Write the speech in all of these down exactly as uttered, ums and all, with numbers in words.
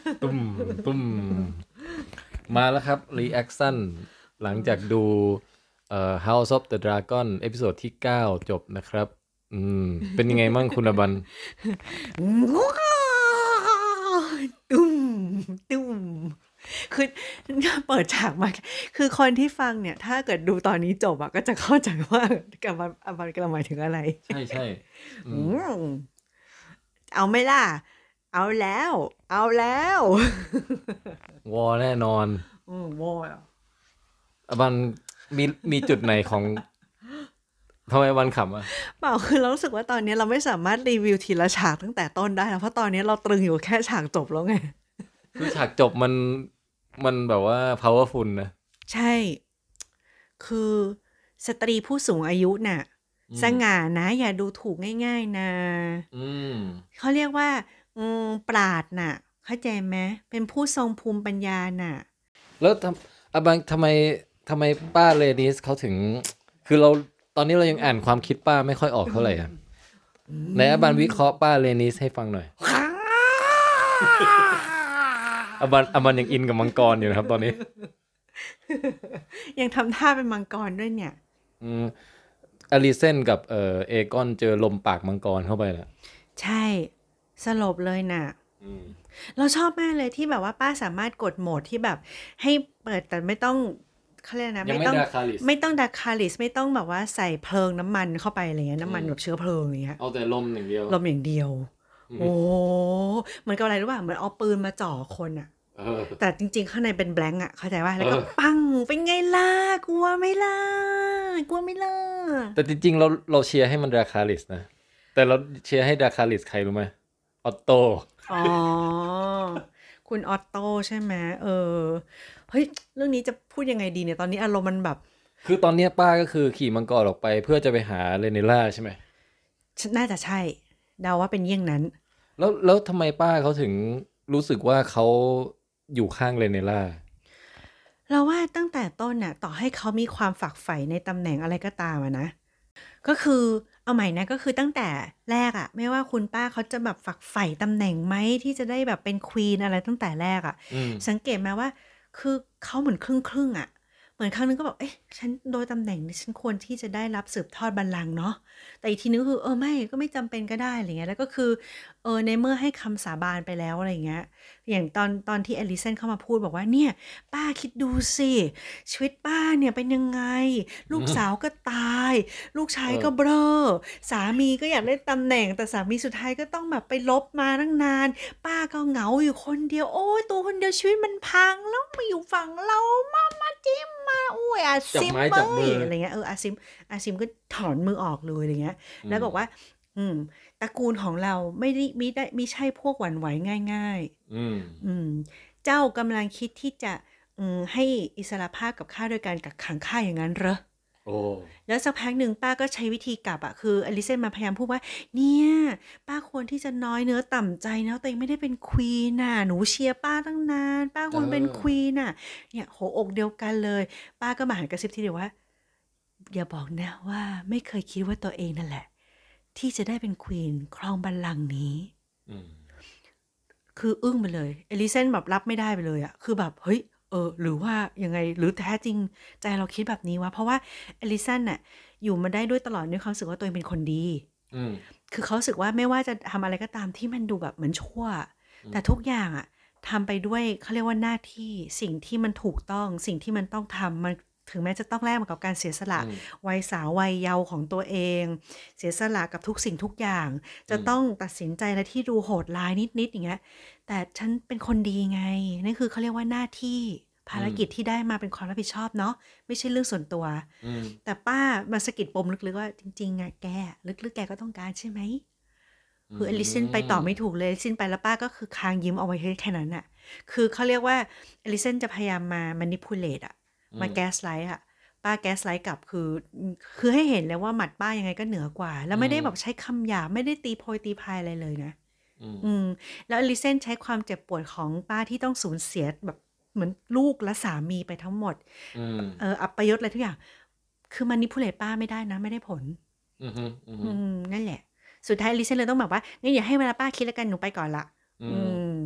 ตุ้มตุ้มมาแล้วครับรีแอคชั่นหลังจากดูเอ่อ House of the Dragon เอพิโซดที่เก้าจบนะครับอืมเป็นยังไงมั่งคุณอบันตุ้มตุ้มคือเปิดฉากมาคือคนที่ฟังเนี่ย ถ้าเกิดดูตอนนี้จบอะก็จะเข้าใจว่ากำลังอบันกำลังหมายถึงอะไรใช่ใช่อือืมมเอาไหม่ล่ะ เอาแล้ว เอาแล้ววอแน่นอนอืมโว้ยอบันมีมีจุดไหนของทำไมอบันขำอ่ะเปล่าคือเรารู้สึกว่าตอนนี้เราไม่สามารถรีวิวทีละฉากตั้งแต่ต้นได้แล้วเพราะตอนนี้เราตรึงอยู่แค่ฉากจบแล้วไงคือฉากจบมันมันแบบว่า powerful นะใช่ คือสตรีผู้สูงอายุน่ะอืสมง่านะอย่าดูถูกง่ายๆนะอืมเขาเรียกว่าอืมปราดน่ะเข้าใจไหมเป็นผู้ทรงภูมิปัญญาน่ะแล้วทำอบันทำไมทำไมป้าเลนิสเขาถึงคือเราตอนนี้เรายังอ่านความคิดป้าไม่ค่อยออกเท่าไหร่อ่ะในอบันวิเคราะห์ป้าเลนิสให้ฟังหน่อยอบันอบันยังอินกับมังกรอยู่นะครับตอนนี้ยังทำท่าเป็นมังกรด้วยเนี่ยอืมอลิเซนกับเอ่อเอกอนเจอลมปากมังกรเข้าไปแล้วใช่สลบเลยน่ะเราชอบมากเลยที่แบบว่าป้าสามารถกดโหมดที่แบบให้เปิดแต่ไม่ต้องเขาเรียกนะยังไม่ไม่ต้องดาคาลิสไม่ต้องดักคาลิสไม่ต้องแบบว่าใส่เพลิงน้ำมันเข้าไปอะไรเงี้ยน้ำมันแบบเชื้อเพลิงอย่างเงี้ยเอาแต่ลมอย่างเดียวลมอย่างเดียวโอ้เหมือนกับอะไรรู้ป่ะเหมือนเอาปืนมาจ่อคนอะเออแต่จริงๆข้างในเป็นแบงก์อะเข้าใจว่าเอแล้วก็อปังเป็นไงล่ะกลัวไหม่ล่ะกลัวไหม่ล่ะแต่จริงๆเราเราเชียร์ให้มันดาคาลิสนะแต่เราเชียร์ให้ดาคาลิสใครรู้ไหมออตโตอ๋อคุณออตโต้ใช่ไหมเออเฮ้ยเรื่องนี้จะพูดยังไงดีเนี่ยตอนนี้อารมณ์มันแบบคือตอนเนี้ยป้าก็คือขี่มังกรออกไปเพื่อจะไปหาเรเนล่าใช่ไหมน่าจะใช่เดาว่าเป็นเยี่ยงนั้นแล้วแล้วทำไมป้าเขาถึงรู้สึกว่าเขาอยู่ข้างเรเนล่าเราว่าตั้งแต่ต้นน่ะต่อให้เขามีความฝักใฝ่ในตำแหน่งอะไรก็ตามอะนะก็คือเอาใหม่นะก็คือตั้งแต่แรกอะไม่ว่าคุณป้าเขาจะแบบฝักใฝ่ตำแหน่งไหมที่จะได้แบบเป็นควีนอะไรตั้งแต่แรกอะอืมสังเกตไหมว่าคือเขาเหมือนครึ่งครึ่งอะเหมือนครั้งนึงก็บอกเอ๊ะฉันโดยตำแหน่งนี้ฉันควรที่จะได้รับสืบทอดบัลลังก์เนาะแต่อีกทีนึงก็คือเออไม่ก็ไม่จำเป็นก็ได้อะไรเงี้ยแล้วก็คือเออในเมื่อให้คำสาบานไปแล้วอะไรเงี้ยอย่างตอนตอนที่เอลิเซนเข้ามาพูดบอกว่าเนี่ยป้าคิดดูสิชีวิตป้าเนี่ยเป็นยังไงลูกสาวก็ตาย ลูกชายเออก็เบ้อสามีก็อยากได้ตำแหน่งแต่สามีสุดท้ายก็ต้องแบบไปลบมาตั้งนานป้าก็เหงาอยู่คนเดียวโอ้ยตัวคนเดียวชีวิตมันพังแล้วมาอยู่ฝั่งเรามามาจิ้มมาอุ้ยอาจับไม้ซิมเมจับมือยอะไรเงี้ยเอออาซิมอาซิมก็ถอนมือออกเลยอะไรเงี้ยอืมแล้วบอกว่าอืมตระกูลของเราไม่ได้ไม่ได้ไม่ใช่พวกหวั่นไหวง่ายอืมๆอืมเจ้ากำลังคิดที่จะอืมให้อิสรภาพกับข้าโดยการกักขังข้าอย่างนั้นเหรอโอ้แล้วสักพักหนึ่งป้าก็ใช้วิธีกลับอะคืออลิเซนมาพยายามพูดว่าเนี่ยป้าควรที่จะน้อยเนื้อต่ำใจนะตัวเองไม่ได้เป็นควีนน่ะหนูเชียร์ป้าตั้งนานป้าเอควรเป็นอควีนน่ะเนี่ยหัวอกเดียวกันเลยป้าก็มาหันกระซิบทีเดียวว่าอย่าบอกนะว่าไม่เคยคิดว่าตัวเองนั่นแหละที่จะได้เป็นควีนครองบัลลังก์นี้อืมคืออึ้งไปเลยเอลิเซนแบบรับไม่ได้ไปเลยอะคือแบบเฮ้ยเออหรือว่ายังไงหรือแท้จริงใจเราคิดแบบนี้วะเพราะว่าเอลิสันน่ะ อยู่มาได้ด้วยตลอดด้วยความรู้สึกว่าตัวเองเป็นคนดีอืมคือเขารู้สึกว่าไม่ว่าจะทำอะไรก็ตามที่มันดูแบบเหมือนชั่วอืมแต่ทุกอย่างอะทำไปด้วยเขาเรียกว่าหน้าที่สิ่งที่มันถูกต้องสิ่งที่มันต้องทำมันถึงแม้จะต้องแลกมากับการเสียสละอืมวัยสาววัยเยาว์ของตัวเอง เสียสละกับทุกสิ่งทุกอย่าง จะอืมต้องตัดสินใจอะไรที่ดูโหดร้ายนิดๆอย่างเงี้ยแต่ฉันเป็นคนดีไงนั่นคือเขาเรียกว่าหน้าที่ภารอืมกิจที่ได้มาเป็นความรับผิดชอบเนาะไม่ใช่เรื่องส่วนตัวอืมแต่ป้ามาสะกิดปมลึกๆว่าจริงๆอะแกลึกๆแกก็ต้องการใช่ไหมอืคืออลิซนไปต่อไม่ถูกเลยอลิซนไปแล้วป้าก็คือคางยิ้มเอาไว้แค่นั้นอะคือเขาเรียกว่าอลิซนจะพยายามมา manipulate อะมาอืม gaslight อะป้า gaslight กลับคือคือให้เห็นเลยว่าหมัดป้ายังไงก็เหนือกว่าแล้วอืไม่ได้มแบบใช้คำหยาบไม่ได้ตีโพยตีพายอะไรเลยนะอืมอืมแล้วอลิซนใช้ความเจ็บปวดของป้าที่ต้องสูญเสียแบบเหมือนลูกและสามีไปทั้งหมดอืมเอออัปยศอะไรทุกอย่าง คือ manipulate ป้าไม่ได้นะไม่ได้ผลอืมอืมอือืมมนั่นแหละสุดท้ายลิเซนเลยต้องแบบว่างั้นอย่าให้เวลาป้าคิดแล้วกันหนูไปก่อนละอือืมม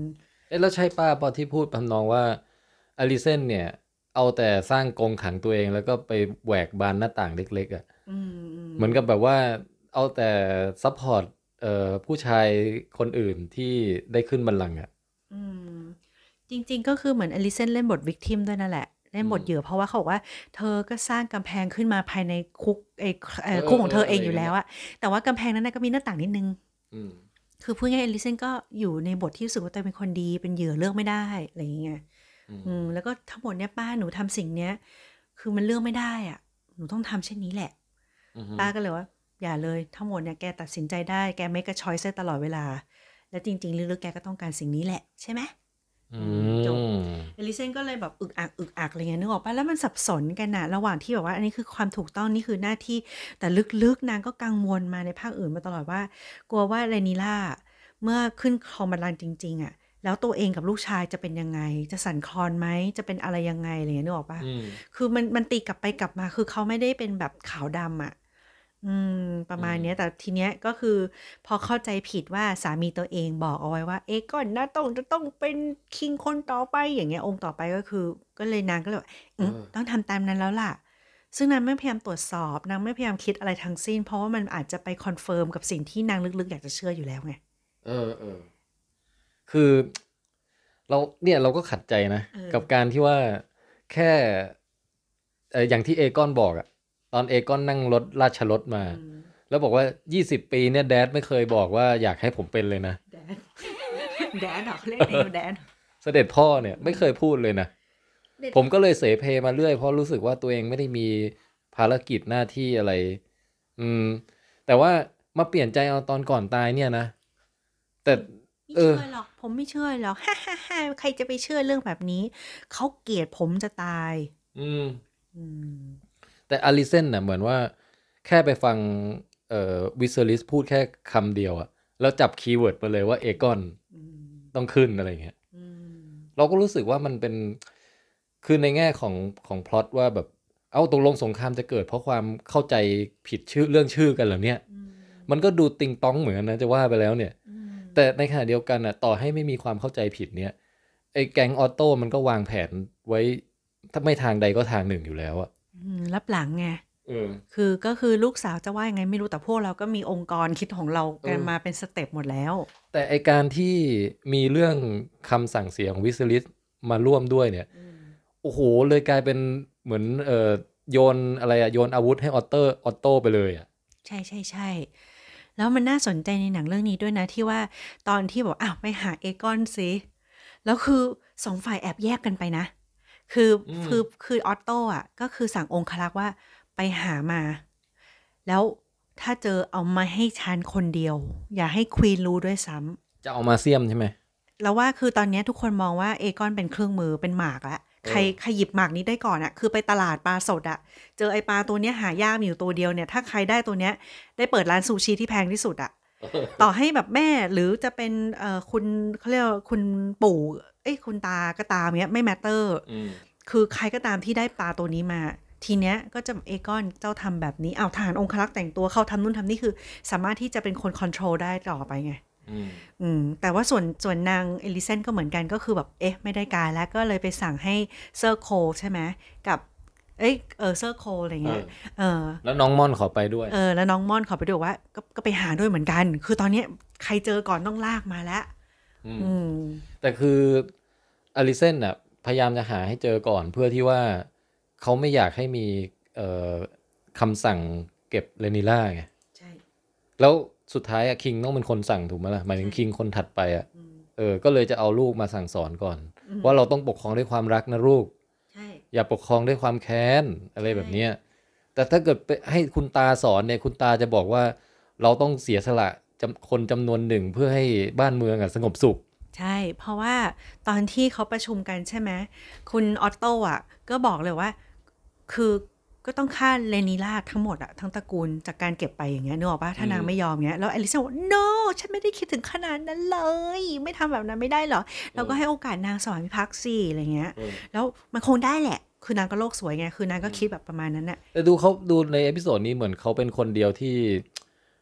เอ๊ะแล้วใช่ป้าพอที่พูดทำนองว่าอลิเซนเนี่ยเอาแต่สร้างกรงขังตัวเองแล้วก็ไปแหวกบานหน้าต่างเล็กๆอ่ะอืมอืมเหมือนกับแบบว่าเอาแต่ซัพพอร์ตเอ่อผู้ชายคนอื่นที่ได้ขึ้นบัลลังก์อ่ะอืมจริงๆก็คือเหมือนอลิเซนเล่นบทวิกทิมด้วยนั่นแหละเล่นอืมบทเหยื่อเพราะว่าเขาบอกว่าเธอก็สร้างกำแพงขึ้นมาภายในคุกไอ้เอ่เออคุกของอเออเออเธอเองอยู่อะไรอย่างเงี้ยแล้วอะแต่ว่ากำแพงนั้นน่ะก็มีหน้าต่างนิดนึงอืมคือพูดง่ายๆ Ellison ก็อยู่ในบทที่รู้สึกว่าตัวเองเป็นคนดีเป็นเหยื่อเลือกไม่ได้อะไรอย่างเงี้ยอืมอืมแล้วก็ทั้งหมดเนี่ยป้าหนูทำสิ่งเนี้ยคือมันเลือกไม่ได้อะหนูต้องทำเช่นนี้แหละอืมป้าก็เลยว่าอย่าเลยทั้งหมดเนี่ยแกตัดสินใจได้แก make a choice ได้ตลอดเวลาและจริงๆลึกๆแกก็ต้องการสิ่งนี้แหละใช่ไหมอือืมจบเอมลิเซนก็เลยแบบอึกอักอึกอักอะไรเงี้ยนึกออกปะแล้วมันสับสนกันน่ะระหว่างที่แบบว่าอันนี้คือความถูกต้องนี่คือหน้าที่แต่ลึกๆนางก็กังวลมาในภาคอื่นมาตลอดว่ากลัวว่าเรนิล่า เมื่อขึ้นครองบัลลังก์จริงๆอะแล้วตัวเองกับลูกชายจะเป็นยังไงจะสั่นคลอนไหมจะเป็นอะไรยังไงอะไรเงี้ยนึกออกปะอืมคือมันมันตีกลับไปกลับมาคือเขาไม่ได้เป็นแบบขาวดำอะอืมประอืมมาณเนี้ยแต่ทีเนี้ยก็คือพอเข้าใจผิดว่าสามีตัวเองบอกเอาไว้ว่าเอ๊ะก่อนนะต้องจะต้องเป็นคิงคนต่อไปอย่างเงี้ยองค์ต่อไปก็คือก็เลยนางก็เลยบอกเออืมอต้องทำตามนั้นแล้วล่ะซึ่งนางไม่พยายามตรวจสอบนางไม่พยายามคิดอะไรทั้งสิ้นเพราะว่ามันอาจจะไปคอนเฟิร์มกับสิ่งที่นางลึกๆอยากจะเชื่ออยู่แล้วไงเออเออคือ เราเนี่ยเราก็ขัดใจนะเออกับการที่ว่าแค่เอออย่างที่เอกอนบอกอะตอนเอกอนนั่งรถราชรถมาอืมแล้วบอกว่ายี่สิบปีเนี่ยแดดไม่เคยบอกว่าอยากให้ผมเป็นเลยนะแดนแดนเหรอเขาเรียกเองว่าแดนเสด็จพ่อเนี่ยไม่เคยพูดเลยนะเด็ดผมก็เลยเสเพมาเรื่อยเพราะรู้สึกว่าตัวเองไม่ได้มีภารกิจหน้าที่อะไรอืมแต่ว่ามาเปลี่ยนใจเอาตอนก่อนตายเนี่ยนะแต่ไม่เออเชื่อหรอกผมไม่เชื่อหรอกฮ่าฮ่าฮ่าใครจะไปเชื่อเรื่องแบบนี้เขาเกลียดผมจะตายอืมอืมแต่อลิเซนน่ะเหมือนว่าแค่ไปฟังเอ่อวิสเซอริสพูดแค่คำเดียวอะแล้วจับคีย์เวิร์ดมาเลยว่าเอกอนอืมต้องขึ้นอะไรเงี้ยอืมเราก็รู้สึกว่ามันเป็นคือในแง่ของของพล็อตว่าแบบเอ้าตกลงสงครามจะเกิดเพราะความเข้าใจผิดชื่อเรื่องชื่อกันเหรอเนี่ยอืมมันก็ดูติงต้องเหมือนกันนะจะว่าไปแล้วเนี่ยอืมแต่ในขณะเดียวกันอ่ะต่อให้ไม่มีความเข้าใจผิดเนี่ยไอ้แก๊งออโต้มันก็วางแผนไว้ถ้าไม่ทางใดก็ทางหนึ่งอยู่แล้วอะอืมรับหลังไงเออคือก็คือลูกสาวจะว่ายังไงไม่รู้แต่พวกเราก็มีองค์กรคิดของเราเออกันมาเป็นสเต็ปหมดแล้วแต่ไอการที่มีเรื่องคำสั่งเสียของวิสลิสมาร่วมด้วยเนี่ยอืมโอ้โหเลยกลายเป็นเหมือนเอ่อโยนอะไรอะโยนอาวุธให้ออเตอร์ออโต้ไปเลยอะใช่ใช่ใช่แล้วมันน่าสนใจในหนังเรื่องนี้ด้วยนะที่ว่าตอนที่บอกอ้าวไปหาเอกอนสิแล้วคือสองฝ่ายแอบแยกกันไปนะ คืออืมคือคือออตโต้อะก็คือสั่งองครักษ์ว่าไปหามาแล้วถ้าเจอเอามาให้ฉันคนเดียวอย่าให้ควีนรู้ด้วยซ้จะเอามาเซียมใช่ไหมำแล้วว่าคือตอนนี้ทุกคนมองว่าเอกอนเป็นเครื่องมือเป็นหมากละเอใครอใครหยิบหมากนี้ได้ก่อนอะคือไปตลาดปลาสดอะเจอไอปลาตัวเนี้ยหายากมีอยู่ตัวเดียวเนี่ยถ้าใครได้ตัวเนี้ยได้เปิดร้านซูชิที่แพงที่สุดอะต่อให้แบบแม่หรือจะเป็นเอ่อคุณเขาเรียกว่าคุณปู่เอ้ยคุณตาก็ตามเนี้ยไม่แมตเตอร์อืมคือใครก็ตามที่ได้ปลาตัวนี้มาทีเนี้ยก็จะเอกอนเจ้าทำแบบนี้เอาทหารองครักษ์แต่งตัวเขาทำนู่นทำนี่คือสามารถที่จะเป็นคนคอนโทรลได้ต่อไปไงอืมอืมแต่ว่าส่วนส่วนนางเอลิเซนก็เหมือนกันก็คือแบบเอ๊ะไม่ได้การแล้วก็เลยไปสั่งให้เซอร์โคใช่ไหมกับเอ้ยเออเซอร์โคอะไรเอเงี้ยอเออแล้วน้องม่อนขอไปด้วยเออแล้วน้องม่อนขอไปดูว่าก็ก็ไปหาด้วยเหมือนกันคือตอนเนี้ยใครเจอก่อนต้องลากมาแล้วอืมอืมแต่คืออลิเซนน่ะพยายามจะหาให้เจอก่อนเพื่อที่ว่าเขาไม่อยากให้มีเอ่อคำสั่งเก็บเรนิล่าไงใช่แล้วสุดท้ายอะคิงต้องเป็นคนสั่งถูกไหมล่ะหมายถึงใช่คิงคนถัดไปอะอืมเออก็เลยจะเอาลูกมาสั่งสอนก่อนอืมว่าเราต้องปกครองด้วยความรักนะลูกใช่อย่าปกครองด้วยความแค้นอะไรใช่แบบเนี้ยแต่ถ้าเกิดไปให้คุณตาสอนเนี่ยคุณตาจะบอกว่าเราต้องเสียสละจำคนจำนวนหนึ่งเพื่อให้บ้านเมืองอะสงบสุขใช่ เพราะว่าตอนที่เขาประชุมกันใช่ไหม คุณออตโต้อ่ะก็บอกเลยว่า คือก็ต้องฆ่าเลนิลาทั้งหมดอะทั้งตระกูลจากการเก็บไปอย่างเงี้ยนึกออกปะถ้าอืมนางไม่ยอมเงี้ยแล้วอลิซบอก no ฉันไม่ได้คิดถึงขนาดนั้นเลย ไม่ทำแบบนั้นไม่ได้เหรอเอเราก็อให้โอกาสนางสวามิภักดิ์สิอะไรเงี้ยเออแล้วมันคงได้แหละ คือนางก็โลกสวยไง คือนางก็อืมคิดแบบประมาณนั้นน่ะแต่ดูเขาดูในเอพิโซดนี้เหมือนเขาเป็นคนเดียวที่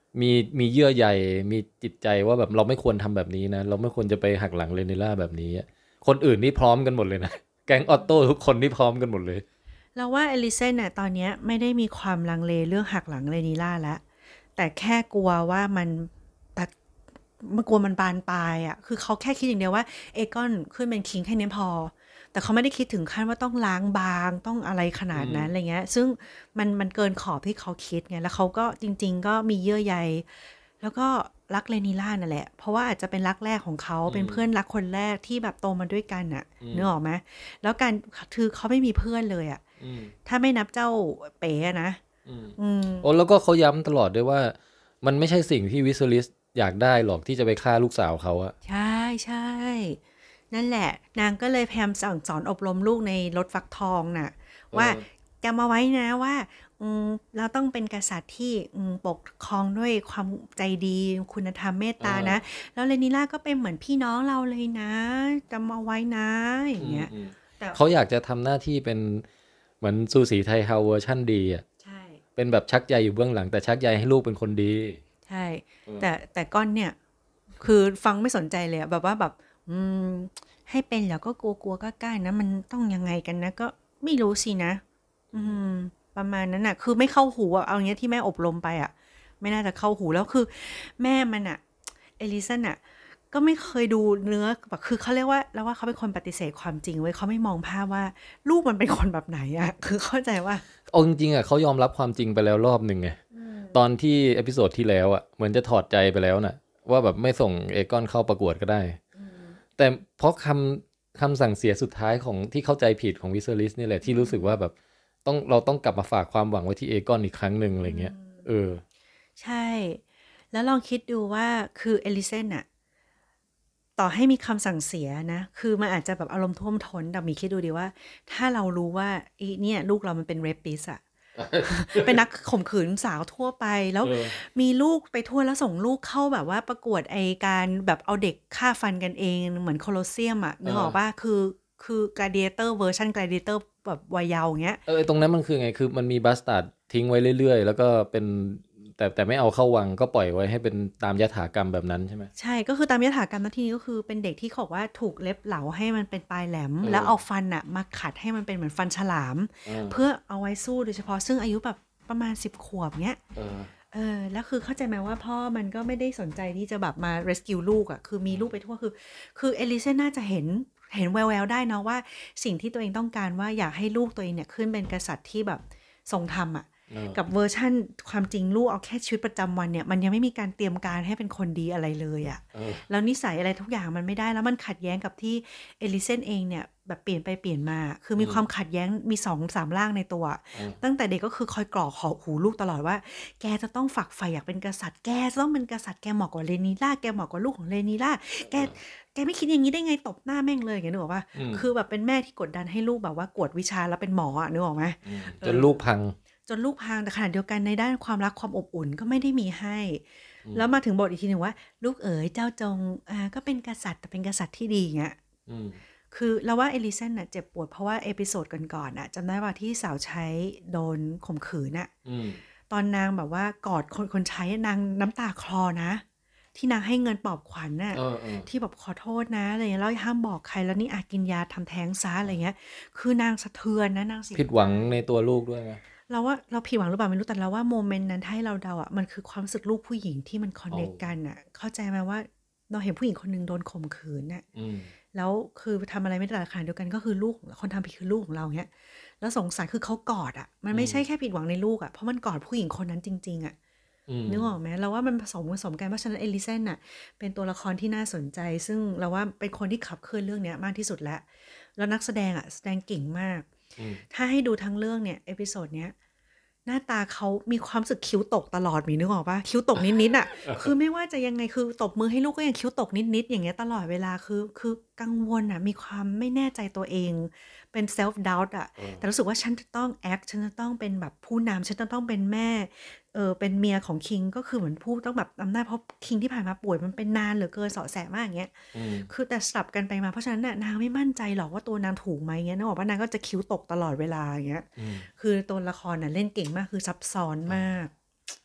มีมีเยื่อใยมีจิตใจว่าแบบเราไม่ควรทำแบบนี้นะเราไม่ควรจะไปหักหลังเรเนล่าแบบนี้อะคนอื่นนี่พร้อมกันหมดเลยนะแก๊งออตโต้ทุกคนนี่พร้อมกันหมดเลยเราว่าเอลิเซนน่ะตอนเนี้ยไม่ได้มีความลังเลเรื่องหักหลังเรนิล่าแล้วแต่แค่กลัวว่ามันตัดมันกลัวมันบานปลายอ่ะคือเขาแค่คิดอย่างเดียวว่าเอกอนขึ้นเป็นคิงแค่นี้พอแต่เขาไม่ได้คิดถึงขั้นว่าต้องล้างบางต้องอะไรขนาดนั้นอะไรเงี้ยซึ่งมันมันเกินขอบที่เขาคิดไงแล้วเขาก็จริงๆก็มีเยื่อใยแล้วก็รักเรนิล่านั่นแหละเพราะว่าอาจจะเป็นรักแรกของเขาเป็นเพื่อนรักคนแรกที่แบบโตมาด้วยกันอ่ะนึกออกไหมแล้วการคือเขาไม่มีเพื่อนเลยอ่ะถ้าไม่นับเจ้าเป๋อะนะอืมโอ้แล้วก็เขาย้ำตลอดด้วยว่ามันไม่ใช่สิ่งที่วิสลิสอยากได้หรอกที่จะไปฆ่าลูกสาวเขาอะใช่ใช่นั่นแหละนางก็เลยพยายามสั่งสอนอบรมลูกในรถฟักทองน่ะว่าจำมาไว้นะว่าอืมเราต้องเป็นกษัตริย์ที่อืมปกครองด้วยความใจดีคุณธรรมเมตตานะแล้วเรนิล่าก็เป็นเหมือนพี่น้องเราเลยนะจำมาไว้นะอย่างเงี้ยแต่เขาอยากจะทำหน้าที่เป็นเหมือนซูสีไทเฮาเวอร์ชั่นดีอ่ะใช่เป็นแบบชักใยอยู่เบื้องหลังแต่ชักใยให้ลูกเป็นคนดีใช่แต่แต่ก้อนเนี่ยคือฟังไม่สนใจเลยอะแบบว่าแบบอืมให้เป็นแล้วก็กลัวกลัวก็กล้านะมันต้องยังไงกันนะก็ไม่รู้สินะอืมประมาณนั้นน่ะคือไม่เข้าหูอะเอาเงี้ยที่แม่อบรมไปอะไม่น่าจะเข้าหูแล้วคือแม่มันอะเอลิสันอะก็ไม่เคยดูเนื้อแบบคือเขาเรียกว่าแล้วว่าเขาเป็นคนปฏิเสธความจริงไว้ยเขาไม่มองภาพว่าลูกมันเป็นคนแบบไหนอะคือเข้าใจว่าเอาจริงๆอ่ะเขายอมรับความจริงไปแล้วรอบหนึ่งไงตอนที่เอพิโซดที่แล้วอ่ะเหมือนจะถอดใจไปแล้วน่ะว่าแบบไม่ส่งเอกอนเข้าประกวดก็ได้แต่เพราะคำคำสั่งเสียสุดท้ายของที่เข้าใจผิดของวิเซอริสนี่แหละที่รู้สึกว่าแบบต้องเราต้องกลับมาฝากความหวังไว้ที่เอกอนอีกครั้งหนึ่งอะไรเงี้ยเออใช่แล้วลองคิดดูว่าคือเอลิเซนอะ ต่อให้มีคำสั่งเสียนะ คือมันอาจจะแบบอารมณ์ท่วมท้นแต่มีคิดดูดิว่า ถ้าเรารู้ว่าไอ้เนี่ยลูกเรามันเป็นเรปปิสอะ เป็นนักข่มขืนสาวทั่วไป แล้วมีลูกไปทั่วแล้วส่งลูกเข้าแบบว่าประกวดไอการแบบเอาเด็กฆ่าฟันกันเองเหมือนโคลอสเซียมอะนึกออกป่ะคือคือ gladiator เวอร์ชัน gladiator แบบวัยเยาว์อย่างเงี้ยเออตรงนั้นมันคือไงคือมันมีบัสตาร์ดทิ้งไว้เรื่อยๆแล้วก็เป็นแต่แต่ไม่เอาเข้าวังก็ปล่อยไว้ให้เป็นตามยถากรรมแบบนั้นใช่ไหมใช่ก็คือตามยถากรรมนาทีนี้ก็คือเป็นเด็กที่เขาบอกว่าถูกเล็บเหลาให้มันเป็นปลายแหลมแล้วเอาฟันอะมาขัดให้มันเป็นเหมือนฟันฉลามเพื่อเอาไว้สู้โดยเฉพาะซึ่งอายุแบบประมาณสิบขวบเนี้ยเออแล้วคือเข้าใจไหมว่าพ่อมันก็ไม่ได้สนใจที่จะแบบมา rescue ลูกอะคือมีลูกไปทั่วคือคือเอลิเซนน่าจะเห็นเห็นแววๆได้นะว่าสิ่งที่ตัวเองต้องการว่าอยากให้ลูกตัวเองเนี่ยขึ้นเป็นกษัตริย์ที่แบบทรงธรรมอะกับเวอร์ชั่นความจริงลูกเอาแค่ชีวิตประจำวันเนี่ยมันยังไม่มีการเตรียมการให้เป็นคนดีอะไรเลยอะแล้วนิสัยอะไรทุกอย่างมันไม่ได้แล้วมันขัดแย้งกับที่เอลิเซนเองเนี่ยแบบเปลี่ยนไปเปลี่ยนมาคือมีความขัดแย้งมีสองสามร่างในตัวตั้งแต่เด็กก็คือคอยกรอกขอหูลูกตลอดว่าแกจะต้องฝักใฝ่อยากเป็นกษัตริย์แกจะต้องเป็นกษัตริย์แกเหมาะกว่าเรนีล่าแกเหมาะกว่าลูกของเรนีล่าแกแกไม่คิดอย่างนี้ได้ไงตบหน้าแม่งเลยอย่างเงี้ยนึกออกป่ะคือแบบเป็นแม่ที่กดดันให้ลูกแบบว่ากวดวิชาแล้วเป็นหมออ่ะนึกออกไหมจนลูกพังจนลูกพังแต่ขณะเดียวกันในด้านความรักความอบอุ่นก็ไม่ได้มีให้แล้วมาถึงบทอีกทีหนึ่งว่าลูกเอ๋ยเจ้าจงอ่าก็เป็นกษัตริย์แต่เป็นกษัตริย์ที่ดีเงี้ยคือเราว่าเอลิเซนน่ะเจ็บปวดเพราะว่าเอพิโซดก่อนๆน่ะจำได้ว่าที่สาวใช้โดนข่มขืนน่ะตอนนางแบบว่ากอดคนคนใช้นางน้ำตาคลอนะที่นางให้เงินปลอบขวัญน่ะที่แบบขอโทษนะอะไรเงี้ยแล้วห้ามบอกใครแล้วนี่อากินยาทำแท้งซะอะไรเงี้ยคือนางสะเทือนนะนางผิดหวังในตัวลูกด้วยไหมเราว่าเราผิดหวังหรือเปล่าไม่รู้แต่เราว่าโมเมนต์นั้นถ้าให้เราเดาอ่ะมันคือความรู้สึกลูกผู้หญิงที่มันคอนเนคกันอ่ะเข้าใจไหมว่าเราเห็นผู้หญิงคนนึงโดนข่มขืนน่ะแล้วคือทำอะไรไม่ได้ขนาดเดียวกันก็คือลูกคนทำผิดคือลูกของเราเนี้ยแล้วสงสารคือเขากอดอ่ะมันไม่ใช่แค่ผิดหวังในลูกอ่ะเพราะมันกอดผู้หญิงคนนั้นจริงๆอ่ะนึกออกไหมเราว่ามันผสมผสมกันเพราะฉะนั้นเอลิเซนน่ะเป็นตัวละครที่น่าสนใจซึ่งเราว่าเป็นคนที่ขับเคลื่อนเรื่องนี้มากที่สุดแล้วแล้วนักแสดงอ่ะแสดงเก่งมากถ้าให้ดูทั้งเรื่องเนี่ยเอพิโซดเนี้ยหน้าตาเขามีความรู้สึกคิ้วตกตลอดมีนึกออกปะคิ้วตกนิดๆอ่ะคือไม่ว่าจะยังไงคือตบมือให้ลูกก็ยังคิ้วตกนิดๆอย่างเงี้ยตลอดเวลาคือคือกังวลอ่ะมีความไม่แน่ใจตัวเองเป็น self doubt อ่ะแต่รู้สึกว่าฉันจะต้อง act ฉันจะต้องเป็นแบบผู้นำฉันจะต้องเป็นแม่เออเป็นเมียของคิงก็คือเหมือนผู้ต้องแบบอำนาจเพราะคิงที่ผ่านมาป่วยมันเป็นนานเหลือเกินเสาะแสมากอย่างเงี้ยคือแต่สลับกันไปมาเพราะฉะนั้นน่ะนางไม่มั่นใจหรอกว่าตัวนางถูกไหมเงี้ยนึกออกว่านางก็จะคิ้วตกตลอดเวลาอย่างเงี้ยคือตัวละครน่ะเล่นเก่งมากคือซับซ้อนมาก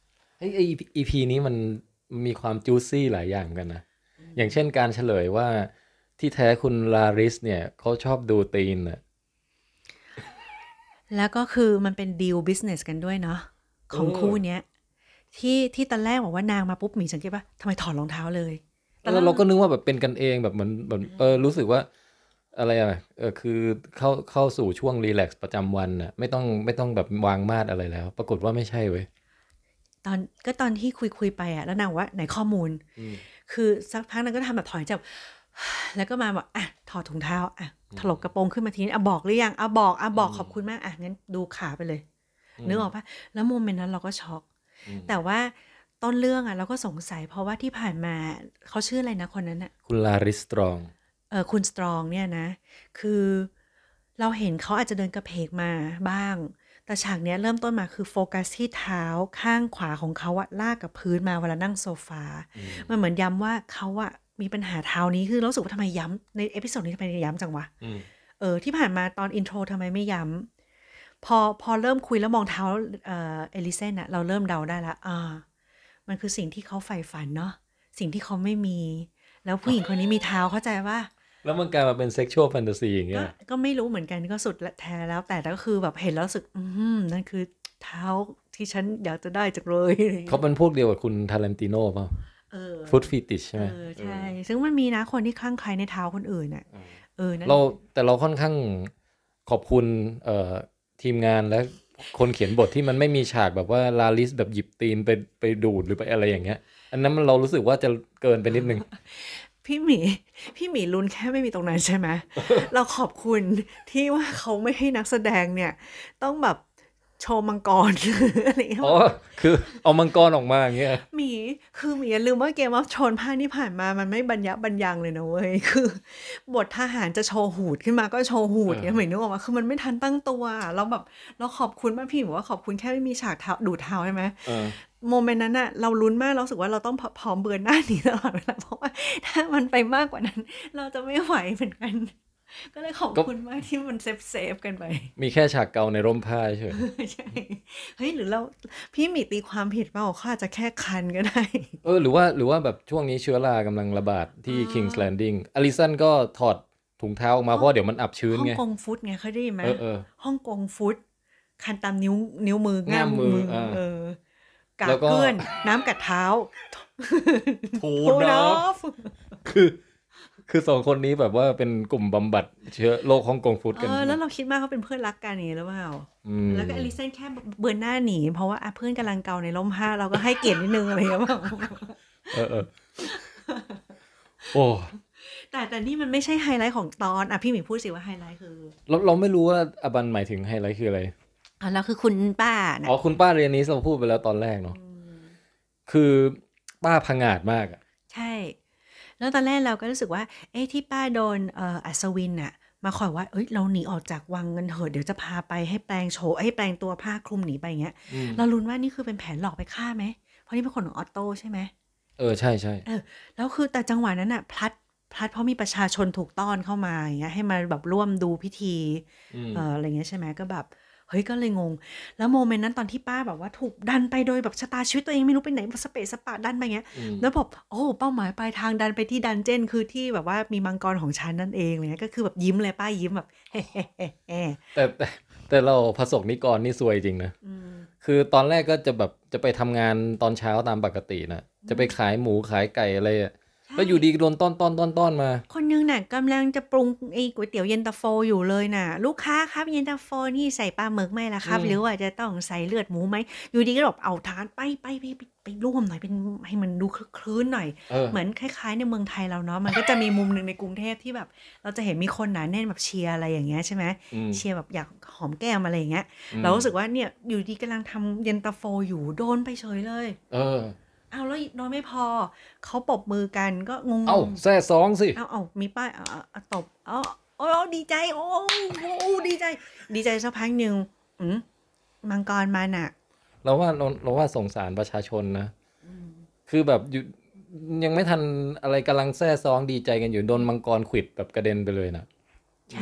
เฮ้ยไอ อี พี นี้มันมีความจูซี่หลายอย่างกันนะอย่างเช่นการเฉลยว่าที่แท้คุณลาริสเนี่ยเขาชอบดูตีนน่ะแล้วก็คือมันเป็นดีลบิสเนสกันด้วยเนาะของคู่เนี้ยที่ที่ตอนแรกบอกว่านางมาปุ๊บหมีสังเกตว่าทำไมถอดรองเท้าเลยตอนแรแล้กวเราก็นึกว่าแบบเป็นกันเองแบบเหมือนเหมือนเออรู้สึกว่าอะไรอ่ะเออคือเข้าเข้าสู่ช่วงรีแลกซ์ประจำวันน่ะไม่ต้องไม่ต้องแบบวางมาดอะไรแล้ว ปรากฏว่าไม่ใช่เว้ยตอนก็ตอนที่คุยคุยไปอ่ะแล้วนางว่าไหนข้อมูล คือสักพักนางก็ทำแบบถอยจับ แล้วก็มาบอกอ่ะถอดถุงเท้าอ่ะถลกกระโปรงขึ้นมาทีนี้อ่ะบอกหรือยังอ่ะบอกอ่ะบอกขอบคุณมากอ่ะงั้นดูขาไปเลยนึกออกปะแล้วโมเมนต์นั้นเราก็ช็อกแต่ว่าต้นเรื่องอ่ะเราก็สงสัยเพราะว่าที่ผ่านมาเขาชื่ออะไรนะคนนั้นอ่ะคุณลาริสตรองเออคุณสตรองเนี่ยนะคือเราเห็นเขาอาจจะเดินกระเพกมาบ้างแต่ฉากเนี้ยเริ่มต้นมาคือโฟกัสที่เท้าข้างขวาของเขาอะลากกับพื้นมาเวลานั่งโซฟา มันเหมือนย้ำว่าเขาอะมีปัญหาเท้านี้คือรู้สึกว่าทำไมย้ำในเอพิโซดนี้ทำไมย้ำจังวะเออที่ผ่านมาตอนอินโทรทำไมไม่ย้ำพอพอเริ่มคุยแล้วมองเท้าเอ่อเอลิเซนอะเราเริ่มเดาได้ละอ่ามันคือสิ่งที่เขาใฝ่ฝันเนาะสิ่งที่เขาไม่มี แล้วผู้หญิงคนนี้มีเท้าเข้าใจว่าแล้วมันกลายมาเป็นเซ็กชวลแฟนตาซีอย่างเงี้ก็ยก็ไม่รู้เหมือนกันก็สุดและแท้แล้วแต่ก็คือแบบเห็นแล้วรู้สึก อืมนั่นคือเท้าที่ฉันอยากจะได้จังเลยอะไรอย่างเขาเงี้ยเป็นพวกเดียวกับคุณทารันติโน่เปล่าเออฟุตฟีติชใช่ไหมเออใช่ ซึ่งมันมีนะคนที่คลั่งไคล้ในเท้าคนอื่นน่ะเออนั่นเราแต่เราค่อนข้างขอบคุณเอ่อทีมงานและคนเขียนบทที่มันไม่มีฉากแบบว่าลาลิสแบบหยิบตีนไปไปดูดหรือไปอะไรอย่างเงี้ย อันนั้นมันเรารู้สึกว่าจะเกินไปนิดนึงพี่หมีพี่หมีลุ้นแค่ไม่มีตรงนั้นใช่ไหม เราขอบคุณที่ว่าเขาไม่ให้นักแสดงเนี่ย ต้องแบบโชว์มังกร อะไรอย่างเงี้ยอ๋อ คือเอามังกรออกมาอย่างเงี้ยหมีคือหมีอย่าลืมว่าเกมออฟโทนภาคที่ผ่านมามันไม่บรรยะบรรยังเลยนะเว้ย คือบททหารจะโชว์หูดขึ้นมาก็โชว์หูดเนี่ยหมีนึกออกมาคือมันไม่ทันตั้งตัวอะเราแบบเราขอบคุณมากพี่บอกว่าขอบคุณแค่ไม่มีฉากเท้าดูดเท้าใช่ไหมเออโมเมนต์นั้นอะเราลุ้นมากเรารู้สึกว่าเราต้องพร้อมเบือนหน้าหนีตลอดเวลาเพราะว่าถ้ามันไปมากกว่านั้น เราจะไม่ไหวเหมือนกัน ก็เลยขอบคุณมากที่มันเซฟเซฟกันไปมีแค่ฉากเกาในร่มผ้าเฉยใช่เฮ้ยหรือเราพี่หมีตีความผิดเปล่าเขาอาจจะแค่คันก็ได้เออหรือว่าหรือว่าแบบช่วงนี้เชื้อรากำลังระบาดที่ King's Landing อลิสันก็ถอดถุงเท้าออกมาเพราะว่าเดี๋ยวมันอับชื้นฮ่องไงกงฟุตไงเคยได้ยินไหมเออเออฮ่องกงฟุตคันตามนิ้วนิ้วมือง่ามง่ามมืมือออ่าเออกาแล้วก็เกื้อนน้ำกัดเท้าทูทูนนออฟฟคือคือสองคนนี้แบบว่าเป็นกลุ่มบำบัดเชื้อโรคฮ่องกงฟุตเอกันอแล้วเราคิดมากเขาเป็นเพื่อนรักกันอย่างนี้หรือเปล่าอืมแล้วก็อลิเซนแค่เบือนหน้าหนีเพราะว่าอ่ะเพื่อนกำลังเกาในร่มผ้าเราก็ให้เกียรตินิดนึงอะไรอย่างเงี้ยเปล่าเออเออโอ้แต่แต่นี่มันไม่ใช่ไฮไลท์ของตอนอ่ะพี่หมีพูดสิว่าไฮไลท์คือเราเราไม่รู้ว่าอบันหมายถึงไฮไลท์คืออะไรอ่ะแล้วคือคุณป้านะอ๋อคุณป้าเรียนนี้เราพูดไปแล้วตอนแรกเนาะคือป้าพังอาจมากอะใช่ แล้วตอนแรกเราก็รู้สึกว่า เอ๊ะที่ป้าโดนเอ่ออัศวินน่ะ มาคอยว่า เอ้ยเราหนีออกจากวังกันเถอะเดี๋ยวจะพาไปให้แปลงโฉให้แปลงตัวผ้าคลุมหนีไปอย่างเงี้ยอืมเราลุ้นว่านี่คือเป็นแผนหลอกไปฆ่าไหมเพราะนี่เป็นคนของออตโต้ใช่ไหมเออใช่ใช่เออแล้วคือแต่จังหวะนั้นน่ะพลัดพลัดเพราะมีประชาชนถูกต้อนเข้ามาอย่างเงี้ยให้มาแบบร่วมดูพิธีอืมเอ่ออะไรเงี้ยใช่ไหมก็แบบเฮ้ยก็เลยงง แล้วโมเมนต์นั้นตอนที่ป้าแบบว่าถูกดันไปโดยแบบชะตาชีวิตตัวเองไม่รู้ไปไหนสเปซสปะดันไปเงี้ยอืมแล้วแบบโอ้เป้าหมายปลายทางดันไปที่ดันเจี้ยนคือที่แบบว่ามีมังกรของฉันนั่นเองอะไรเลยก็คือแบบยิ้มเลยป้ายิ้มแบบ เฮ้เฮ้เฮ้เฮ้แต่แต่แต่เราพระสงฆ์นิกรนี่ซวยจริงนะอืมคือตอนแรกก็จะแบบจะไปทำงานตอนเช้าตามปกตินะจะไปขายหมูขายไก่อะไรอะใช่แล้วอยู่ดีโดนต้อนต้อนต้อนต้อนมาคนนึงน่ะกำลังจะปรุงไอ้ก๋วยเตี๋ยวเย็นตาโฟอยู่เลยน่ะ ลูกค้าครับเย็นตาโฟนี่ใส่ปลาหมึกไหมล่ะครับอืมหรือว่าจะต้องใส่เลือดหมูไหมอยู่ดีก็แบบเอาทานไปไปไปไปไปร่วมหน่อยเป็นให้มันดูคลึกคลื้นหน่อยเออเหมือนคล้ายๆในเมืองไทยเราเนาะมันก็จะมีมุมหนึ่งในกรุงเทพที่แบบ เราจะเห็นมีคนหนาแน่นแบบเชียร์อะไรอย่างเงี้ยใช่ไหมอืมเชียร์แบบอยากหอมแก้มอะไรอย่างเงี้ยอืมเรารู้สึกว่าเนี่ยอยู่ดีกำลังทำเย็นตาโฟอยู่โดนไปเฉยเลยเออเอาแล้วโดนไม่พอเขาปรบมือกันก็งงๆเอ้าแซ่ซองสิเอาเอามีป้ายเอาเอาเอาตบเอาโอ้ดีใจ โอ้โอ้ดีใจ ดีใจสักพักหนึ่งอืมมังกรมาน่ะเราว่าเราเราว่าสงสารประชาชนนะ คือแบบอยู่ยังไม่ทันอะไรกำลังแซ่ซองดีใจกันอยู่โดนมังกรขวิดแบบกระเด็นไปเลยนะใช่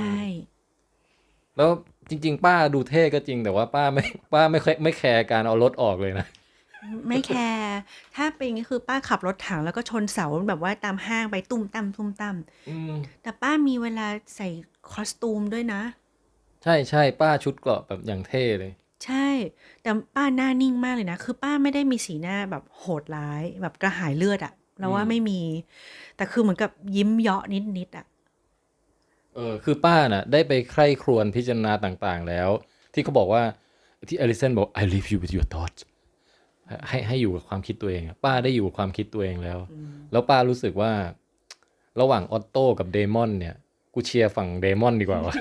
แล้วจริง ๆ ป้าดูเท่ก็จริงแต่ว่าป้าไม่ป้าไม่ค่อยไม่แคร์การเอารถออกเลยนะไม่แคร์ถ้าเป็นอย่างนี้คือป้าขับรถถังแล้วก็ชนเสาแบบว่าตามห้างไปตุ้มตั้มตุ้มตั้มอืมแต่ป้ามีเวลาใส่คอสตูมด้วยนะใช่ใช่ป้าชุดเกราะแบบอย่างเท่เลยใช่แต่ป้าหน้านิ่งมากเลยนะคือป้าไม่ได้มีสีหน้าแบบโหดร้ายแบบกระหายเลือดอะเราอืมว่าไม่มีแต่คือเหมือนกับยิ้มเยาะนิดๆอะเออคือป้าน่ะได้ไปใคร่ครวญพิจารณาต่างๆแล้วที่เขาบอกว่าที่อลิสันบอก I leave you with your thoughts ให้ให้อยู่กับความคิดตัวเองอะป้าได้อยู่กับความคิดตัวเองแล้วแล้วป้ารู้สึกว่าระหว่างออตโต้กับเดมอนเนี่ยกูเชียร์ฝั่งเดมอนดีกว่าวะ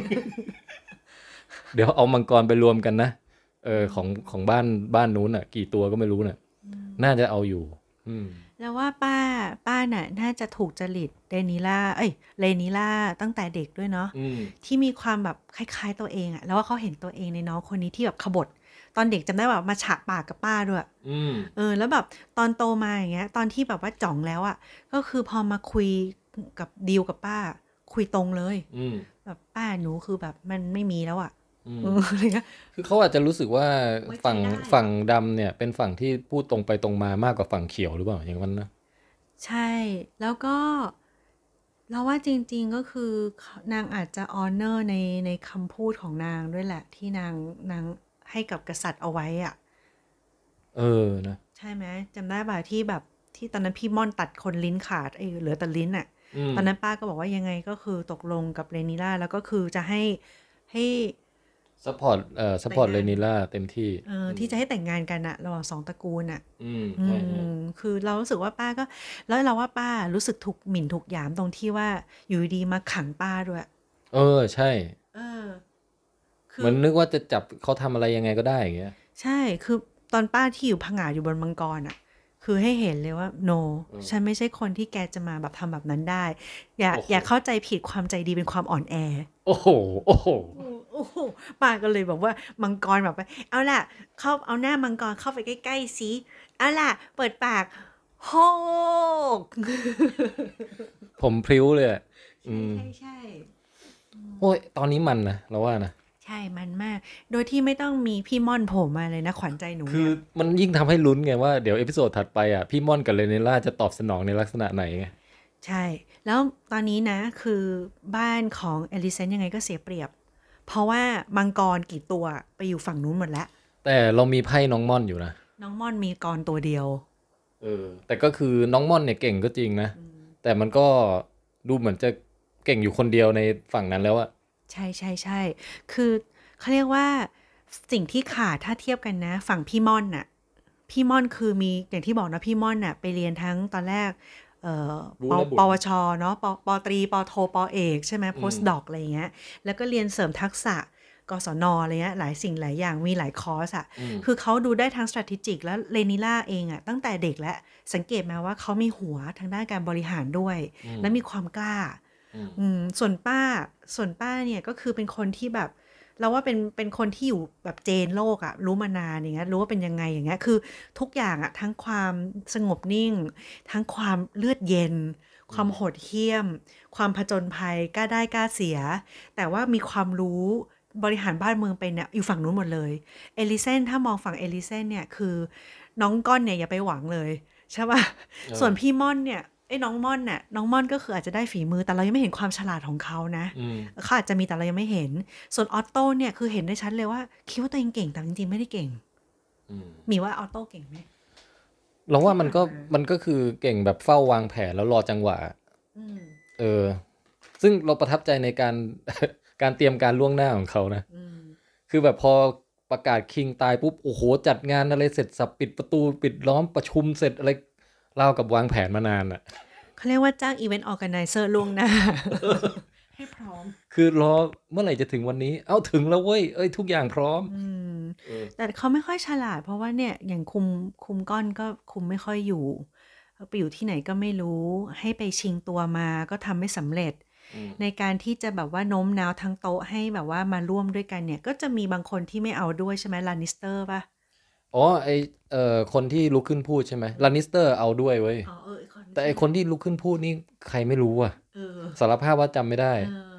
เดี๋ยวเอามังกรไปรวมกันนะเออของของบ้านบ้านนู้นอ่ะกี่ตัวก็ไม่รู้น่ะน่าจะเอาอยู่อืมแล้วว่าป้าป้าน่ะน่าจะถูกจริตเรนิล่าเอ้ยเรนิล่าตั้งแต่เด็กด้วยเนาะอืมที่มีความแบบคล้ายๆตัวเองอะแล้วว่าเขาเห็นตัวเองในน้องคนนี้ที่แบบขบถตอนเด็กจำได้ว่ามาฉะปากกับป้าด้วยอืมเออแล้วแบบตอนโตมาอย่างเงี้ยตอนที่แบบว่าจ่องแล้วอะก็คือพอมาคุยกับดีลกับป้าคุยตรงเลยอืมแบบป้าหนูคือแบบมันไม่มีแล้วอะอืมเอออะไรเงี้ยคือเขาอาจจะรู้สึกว่าไว้ใจฝั่งได้ฝั่งอะดำเนี่ยเป็นฝั่งที่พูดตรงไปตรงมามากกว่าฝั่งเขียวหรือเปล่าอย่างนั้นนะใช่แล้วก็เราว่าจริงๆก็คือนางอาจจะออเนอร์ในในคำพูดของนางด้วยแหละที่นางนางให้กับกษัตริย์เอาไว้อะเออนะใช่ไหมจำได้ป่ะที่แบบที่ตอนนั้นพี่ม่อนตัดคนลิ้นขาดไอ้เหลือแต่ลิ้นอะอืมตอนนั้นป้าก็บอกว่ายังไงก็คือตกลงกับเรนิล่าแล้วก็คือจะให้ให้ซัพพอร์ตเอ่อซัพพอร์ตแต่งงานเลนิล่าเต็มที่เอออืมที่จะให้แต่งงานกันอะระหว่างสองตระกูลอะอืมอืใช่ใช่มคือเรารู้สึกว่าป้าก็แล้วเราว่าป้ารู้สึกถูกหมิ่นถูกหยามตรงที่ว่าอยู่ดีๆมาขังป้าด้วยเออใช่เออคือเหมือนนึกว่าจะจับเขาทำอะไรยังไงก็ได้อย่างเงี้ยใช่คือตอนป้าที่อยู่ผงาดอยู่บนมังกรอะคือให้เห็นเลยว่า no เออฉันไม่ใช่คนที่แกจะมาแบบทำแบบนั้นได้อย่าโอ้โหอย่าเข้าใจผิดความใจดีเป็นความอ่อนแอโอ้โหโอ้โหโอ้โอ้โหป้าก็เลยแบบว่ามังกรแบบว่าเอาล่ะเข้าเอาหน้ามังกรเข้าไปใกล้ๆสิเอาล่ะเปิดปากโฮกผมพริ้วเลยอะอืใช่มใช่ใช่โอ้ยตอนนี้มันนะเราว่านะใช่มันมากโดยที่ไม่ต้องมีพี่ม่อนโผล่มาเลยนะขวัญใจหนูคือเนี่ยมันยิ่งทำให้ลุ้นไงว่าเดี๋ยวเอพิโซดถัดไปอ่ะพี่ม่อนกับเรเนล่าจะตอบสนองในลักษณะไหนไงใช่แล้วตอนนี้นะคือบ้านของเอลิเซนยังไงก็เสียเปรียบเพราะว่ามังกรกี่ตัวไปอยู่ฝั่งนู้นหมดแล้วแต่เรามีไพ่น้องม่อนอยู่นะน้องม่อนมีกรตัวเดียวเออแต่ก็คือน้องม่อนเนี่ยเก่งก็จริงนะแต่มันก็ดูเหมือนจะเก่งอยู่คนเดียวในฝั่งนั้นแล้วอะใช่ใช่ใช่คือเขาเรียกว่าสิ่งที่ขาดถ้าเทียบกันนะฝั่งพี่ม่อนน่ะพี่ม่อนคือมีอย่างที่บอกนะพี่ม่อนน่ะไปเรียนทั้งตอนแรกเอ่อปรู้และบุญปวชเนาะปปตรีปโทปเอกใช่ไหมโพอืมสต์ดอกอะไรอย่างเงี้ยแล้วก็เรียนเสริมทักษะกศนอะไรเงี้ยหลายสิ่งหลายอย่างมีหลายคอร์สอะอืมคือเขาดูได้ทั้ง strategic แล้วเรนิล่าเองอะตั้งแต่เด็กแล้วสังเกตมาว่าเขามีหัวทางด้านการบริหารด้วยอืมและมีความกล้าอืมอืมส่วนป้าส่วนป้าเนี่ยก็คือเป็นคนที่แบบเราว่าเป็นเป็นคนที่อยู่แบบเจนโลกอะรู้มานานอย่างเงี้ยรู้ว่าเป็นยังไงอย่างเงี้ยคือทุกอย่างอะทั้งความสงบนิ่งทั้งความเลือดเย็นความโหดเหี้ยมความผจญภัยกล้าได้กล้าเสียแต่ว่ามีความรู้บริหารบ้านเมืองเป็นเนี่ยอยู่ฝั่งนู้นหมดเลยเอลิเซนถ้ามองฝั่งเอลิเซนเนี่ยคือน้องก้อนเนี่ยอย่าไปหวังเลยใช่ป่ะเออส่วนพี่ม่อนเนี่ยไอ้น้องม่อนน่ะน้องม่อนก็คืออาจจะได้ฝีมือแต่เรายังไม่เห็นความฉลาดของเขานะอืมเขาอาจจะมีแต่เรายังไม่เห็นส่วนออตโต้เนี่ยคือเห็นได้ชัดเลยว่าคิดว่าตัวเองเก่งแต่จริงๆไม่ได้เก่งอืมมีว่าออตโต้เก่งไหมเราว่ามันก็ที่ผ่านมามันก็คือเก่งแบบเฝ้าวางแผนแล้วรอจังหวะอืมเออซึ่งเราประทับใจในการ การเตรียมการล่วงหน้าของเขานะอืมคือแบบพอประกาศคิงตายปุ๊บโอ้โหจัดงานอะไรเสร็จสับปิดประตูปิดล้อมประชุมเสร็จอะไรเล่ากับวางแผนมานานอ่ะเขาเรียกว่าจ้างอีเวนต์ออร์แกไนเซอร์ล่วงหน้าให้พร้อมคือรอเมื่อไหร่จะถึงวันนี้เอ้าถึงแล้วเว้ยเอ้ยทุกอย่างพร้อมอืมเออแต่เขาไม่ค่อยฉลาดเพราะว่าเนี่ยอย่างคุมคุมก้อนก็คุมไม่ค่อยอยู่ไปอยู่ที่ไหนก็ไม่รู้ให้ไปชิงตัวมาก็ทำไม่สำเร็จอืมในการที่จะแบบว่าโน้มน้าวทั้งโต๊ะให้แบบว่ามาร่วมด้วยกันเนี่ยก็จะมีบางคนที่ไม่เอาด้วยใช่ไหมลานิสเตอร์ป่ะอ๋อไอเอ่อคนที่ลุกขึ้นพูดใช่ไหมลานิสเตอร์เอาด้วยเว้ยอ๋อเอออีกคนแต่ไอใช่ไหมคนที่ลุกขึ้นพูดนี่ใครไม่รู้อ่ะเออสารภาพว่าจำไม่ได้เออ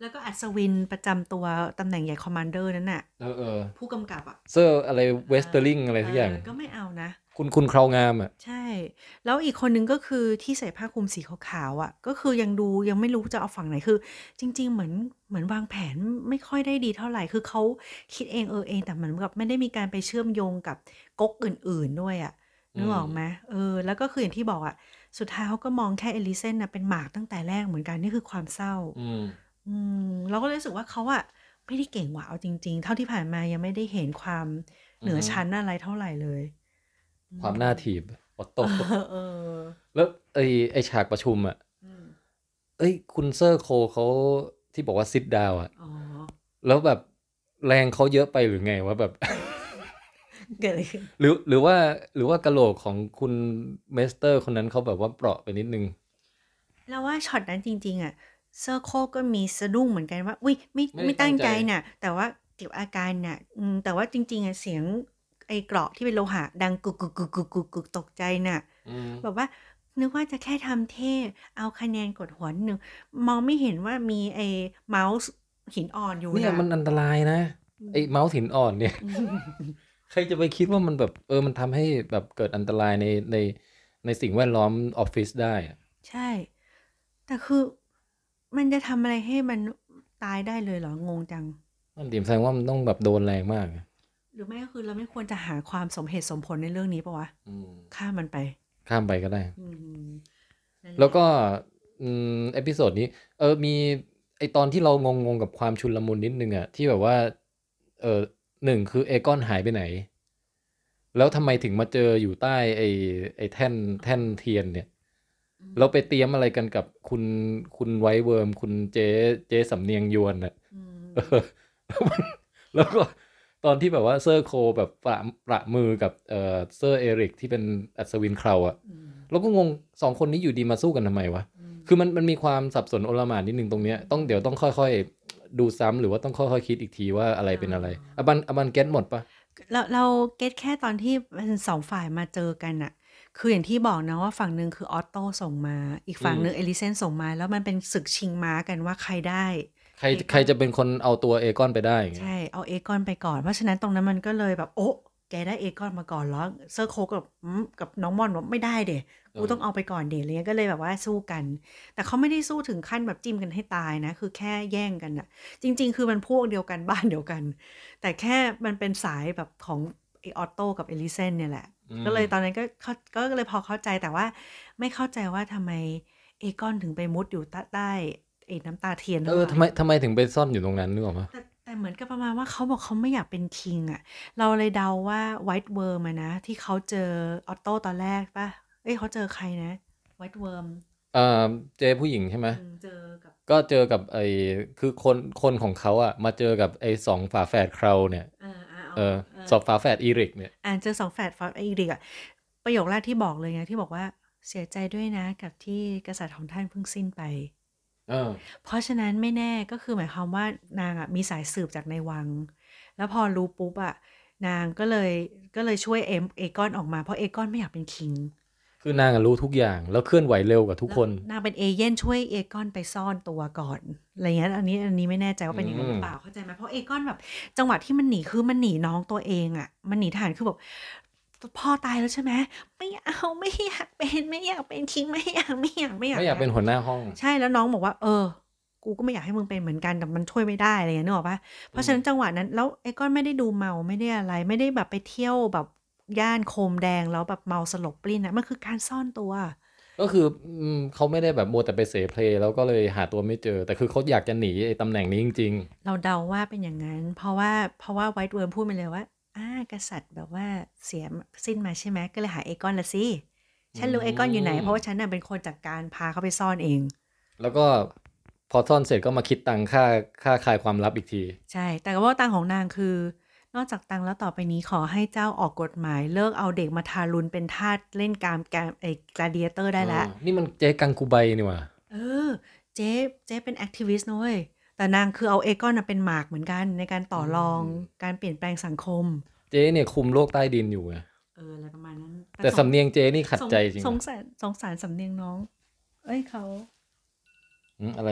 แล้วก็อัศวินประจำตัวตำแหน่งใหญ่คอมมานเดอร์นั่นน่ะเออเออผู้กำกับอ่ะเซอร์อะไรเวสเตอร์ลิงอะไรเอทุกอย่างอก็ไม่เอานะคุณคุณคราวงามอ่ะใช่ แล้วอีกคนนึงก็คือที่ใส่ผ้าคลุมสีขาวๆอ่ะ ก็คือยังดูยังไม่รู้จะเอาฝั่งไหนคือ จริง ๆ เหมือนเหมือนวางแผนไม่ค่อยได้ดีเท่าไหร่ คือเขาคิดเองเออเองแต่เหมือนกับไม่ได้มีการไปเชื่อมโยงกับก๊กอื่น ๆ ด้วยอ่ะอืนึกออกมไหมเออ แล้วก็คืออย่างที่บอกอ่ะ สุดท้ายเขาก็มองแค่เอลิเซนน่ะเป็นหมากตั้งแต่แรกเหมือนกันนี่คือความเศร้าอืมอืม เราก็เลยรู้สึกว่าเขาอะไม่ได้เก่งว่ะเอาจริง ๆ เท่าที่ผ่านมายังไม่ได้เห็นความเหนืออือฮึชั้นอะไรเท่าไหร่เลย อืความมน่าถีบออตโต้เออ เออแล้วไอ้ไอ้ฉากประชุมอ่ะอืมเอ้ย คุณเซอร์โคเขาที่บอกว่าซิดดาวอ่ะอ๋อแล้วแบบแรงเขาเยอะไปหรือไงวะแบบเกิดอะไรขึ้น? หรือหรือว่าหรือว่ากะโหลกของคุณเมสเตอร์คนนั้นเขาแบบว่าเปราะไปนิดนึงเราว่าช็อตนั้นจริง ๆ อะ เซอร์โคลก็มีสะดุ้งเหมือนกันว่า อุ๊ย ไม่ไม่ได้ไม่ตั้งตั้งใจใจน่ะ แต่ว่าเก็บอาการน่ะ อืม แต่ว่าจริง ๆ อะเสียงไอ้เกราะที่เป็นโลหะดังกึก ๆ ๆ ๆ ๆ ตกใจน่ะอืมแบบว่านึกว่าจะแค่ทำเท่ เอาคะแนนกดหัวนิดหนึ่ง มองไม่เห็นว่ามีไอ้เมาส์หินอ่อนอยู่เนี่ยน่ะมันอันตรายนะอืไอ้มเมาส์หินอ่อนเนี่ยอืมใครจะไปคิดว่ามันแบบ เออ มันทำให้แบบเกิดอันตรายใน ใน ในสิ่งแวดล้อมออฟฟิศได้อะใช่ แต่คือมันจะทำอะไรให้มันตายได้เลยเหรอ งงจังนั่นดิ แสดงว่ามันต้องแบบโดนแรงมากอะหรือไม่ก็คือเราไม่ควรจะหาความสมเหตุสมผลในเรื่องนี้เปล่าวะ? อืมข้ามมันไปข้ามไปก็ได้อืม นั่นแหแล้วละก็ อืม เอพิโซดนี้ เออ มีไอ้ตอนที่เรางง ๆ กับความชุลมุนนิดหนึ่งอะ ที่แบบว่า เอ่อ หนึ่ง คือ Aegon หายไปไหน แล้วทำไมถึงมาเจออยู่ใต้ไอ้ ไอ้แท่น แท่นเทียนเนี่ยอืแล้วไปมเตรียมอะไรกันกับคุณ คุณ White Worm คุณเจ๊ เจ๊สำเนียงยวนน่ะอืเอมอ แล้วมัน แล้วก็ตอนที่แบบว่าเซอร์โคลแบบประ ประมือกับ เอ่อ เซอร์เอริกที่เป็นอัศวินเคราอะอืมเราก็งง สอง คนนี้อยู่ดีมาสู้กันทำไมวะ? อืมคือมัน มันมีความสับสนโอลหม่านนิดหนึ่งตรงเนี้ย ต้อง เดี๋ยวต้องค่อย ๆ ดูซ้ำ หรือว่าต้องค่อย ๆ คิดอีกทีว่าอะไรอ๋เป็นอะไรออะบัน อะบันเก็ตหมดเปล่า? เรา เราเก็ตแค่ตอนที่มัน สอง ฝ่ายมาเจอกันน่ะ คืออย่างที่บอกเนาะว่าฝั่งหนึ่งคือ Otto ส่งมา อีกอืฝั่งหนึ่งม Alicent ส่งมา แล้วมันเป็นศึกชิงม้ากันว่าใครได้ใคร ใคร Aegon จะเป็นคนเอาตัว Aegon ไปได้ อย่างเงใชี้ย่ เอา Aegon ไปก่อน เพราะฉะนั้นตรงนั้นมันก็เลยแบบ โอ๊ะ แกได้ Aegon มาก่อนเหรอ? เซอร์โคลก็แบบ หือ กับน้องม่อนบอก "ไม่ได้สิเกูต้องออเอาไปก่อนสิ" อะไรเงี้ย ก็เลยแบบว่าสู้กัน แต่เขาไม่ได้สู้ถึงขั้นแบบจิ้มกันให้ตายนะ คือแค่แย่งกันน่ะ จริง ๆ คือมันพวกเดียวกัน บ้านเดียวกัน แต่แค่มันเป็นสายแบบของไอ้ Otto กับ Alicent เนี่ยแหละอืก็เลยตอนมนั้นก็เข้า ก็เลยพอเข้าใจ แต่ว่าไม่เข้าใจว่าทำไม Aegon ถึงไปมุดอยู่ใต้ ใต้ไอ้น้ำตาเทียนเเทอ่าอไรทำไม ทำไมถึงไปซ่อนอยู่ตรงนั้น นึกออกเปล่า? แต่ แต่เหมือนกับประมาณว่า เขาบอกเขาไม่อยากเป็น King อะ เราเลยเดาว่า White Worm อะนะ ที่เขาเจอ Otto ตอนแรกเปล่า? เอ๊ย เขาเจอใครนะ White Worm เอ่อ เจ๊ผู้หญิงใช่ไหม? อืม เจอกับก็เจอกับไอ้ คือคน คนของเขาอะมาเจอกับไอ้ สอง ฝาแฝดเคราเนี่ยเออ ๆเออเออสอง ฝาแฝด Eric เนี่ยอา เจอ สอง แฝด ฝา Eric อะ ประโยคแรกที่บอกเลยไง ที่บอกว่า "เสียใจด้วยนะกับที่กษัตริย์ของท่านเพิ่งสิ้นไป" เออเพราะฉะนั้นไม่แน่ ก็คือหมายความว่านางอะมีสายสืบจากในวัง แล้วพอรู้ปุ๊บอะ นางก็เลย ก็เลยช่วยเอม Aegon ออกมา เพราะ Aegon ไม่อยากเป็น King คือนางอะรู้ทุกอย่าง แล้วเคลื่อนไหวเร็วกว่าทุกแล้วคนนางเป็นเอเจนต์ช่วย Aegon ไปซ่อนตัวก่อน อะไรเงี้ย อันนี้ อันนี้ไม่แน่ใจอว่าืเป็นอย่างนั้นหรือเปล่มา เข้าใจไหม? เพราะ Aegon แบบจังหวะที่มันหนี คือมันหนีน้องตัวเองอะ มันหนีทหาร คือแบบ "ต พ่อตายแล้วใช่ไหม? ไม่เอา ไม่อยากเป็น ไม่อยากเป็น King ไม่อยาก ไม่อยาก ไม่อยาไมก" ่อยากแล้เป็นหัวหน้าห้องใช่ แล้วน้องบอกว่า "เออ กูก็ไม่อยากให้มึงเป็นเหมือนกัน แต่มันช่วยไม่ได้" อะไรเงี้ย นึกออกเปล่า? เพอืราะฉะนั้นมจังหวะนั้น แล้ว Aegon ไม่ได้ดูเมา ไม่ได้อะไร ไม่ได้แบบไปเที่ยวแบบย่านโคมแดง แล้วแบบเมาสลบปลิ้นอะ มันคือการซ่อนตัวก็คือ อืม เขาไม่ได้แบบมัวแต่ไปเสเพล แล้วก็เลยหาตัวไม่เจอ แต่คือเขาอยากจะหนีไอ้ตำแหน่งนี้จริง ๆเราเดาว่าเป็นอย่างงั้น เพราะว่า เพราะว่า White Worm พูดมาเลยว่า "อา กษัตริย์แบบว่าเสีย ม สิ้นมาใช่ไหม? ก็เลยหา Aegon ล่ะสิอืฉันรู้ Aegon อยู่ไหน เพราะว่ามฉันน่ะเป็นคนจัดการพาเขาไปซ่อนเอง" แล้วก็พอซ่อนเสร็จก็มาคิดตังค่า ค่าคลายความลับอีกทีใช่ แต่ว่าตังค์ของนางคือ "นอกจากตังค์แล้วต่อไปนี้ขอให้เจ้าออกกฎหมายเลิกเอาเด็กมาทารุณเป็นทาสเล่นกาม กาม ไอ้ Gladiator ได้เอแล้ว" อ นี่มันเจ๊กังกูไบนี่หว่าเออ เจ๊ เจ๊เป็นแอกทิวิสต์นะเว้ย แต่นางคือเอา Aegon น่ะเป็นหมากเหมือนกันในการต่อือรองมการเปลี่ยนแปลงสังคมเจ๊เนี่ยคุมโลกใต้ดินอยู่ไงเออ อะไรประมาณนั้นแต่สสงำเนียงเจ๊นี่ขัดสงใจจริงวสงะสาร สงสารสำเนียงน้อง เอ๊ย เขาหือ อะไรเหรอ?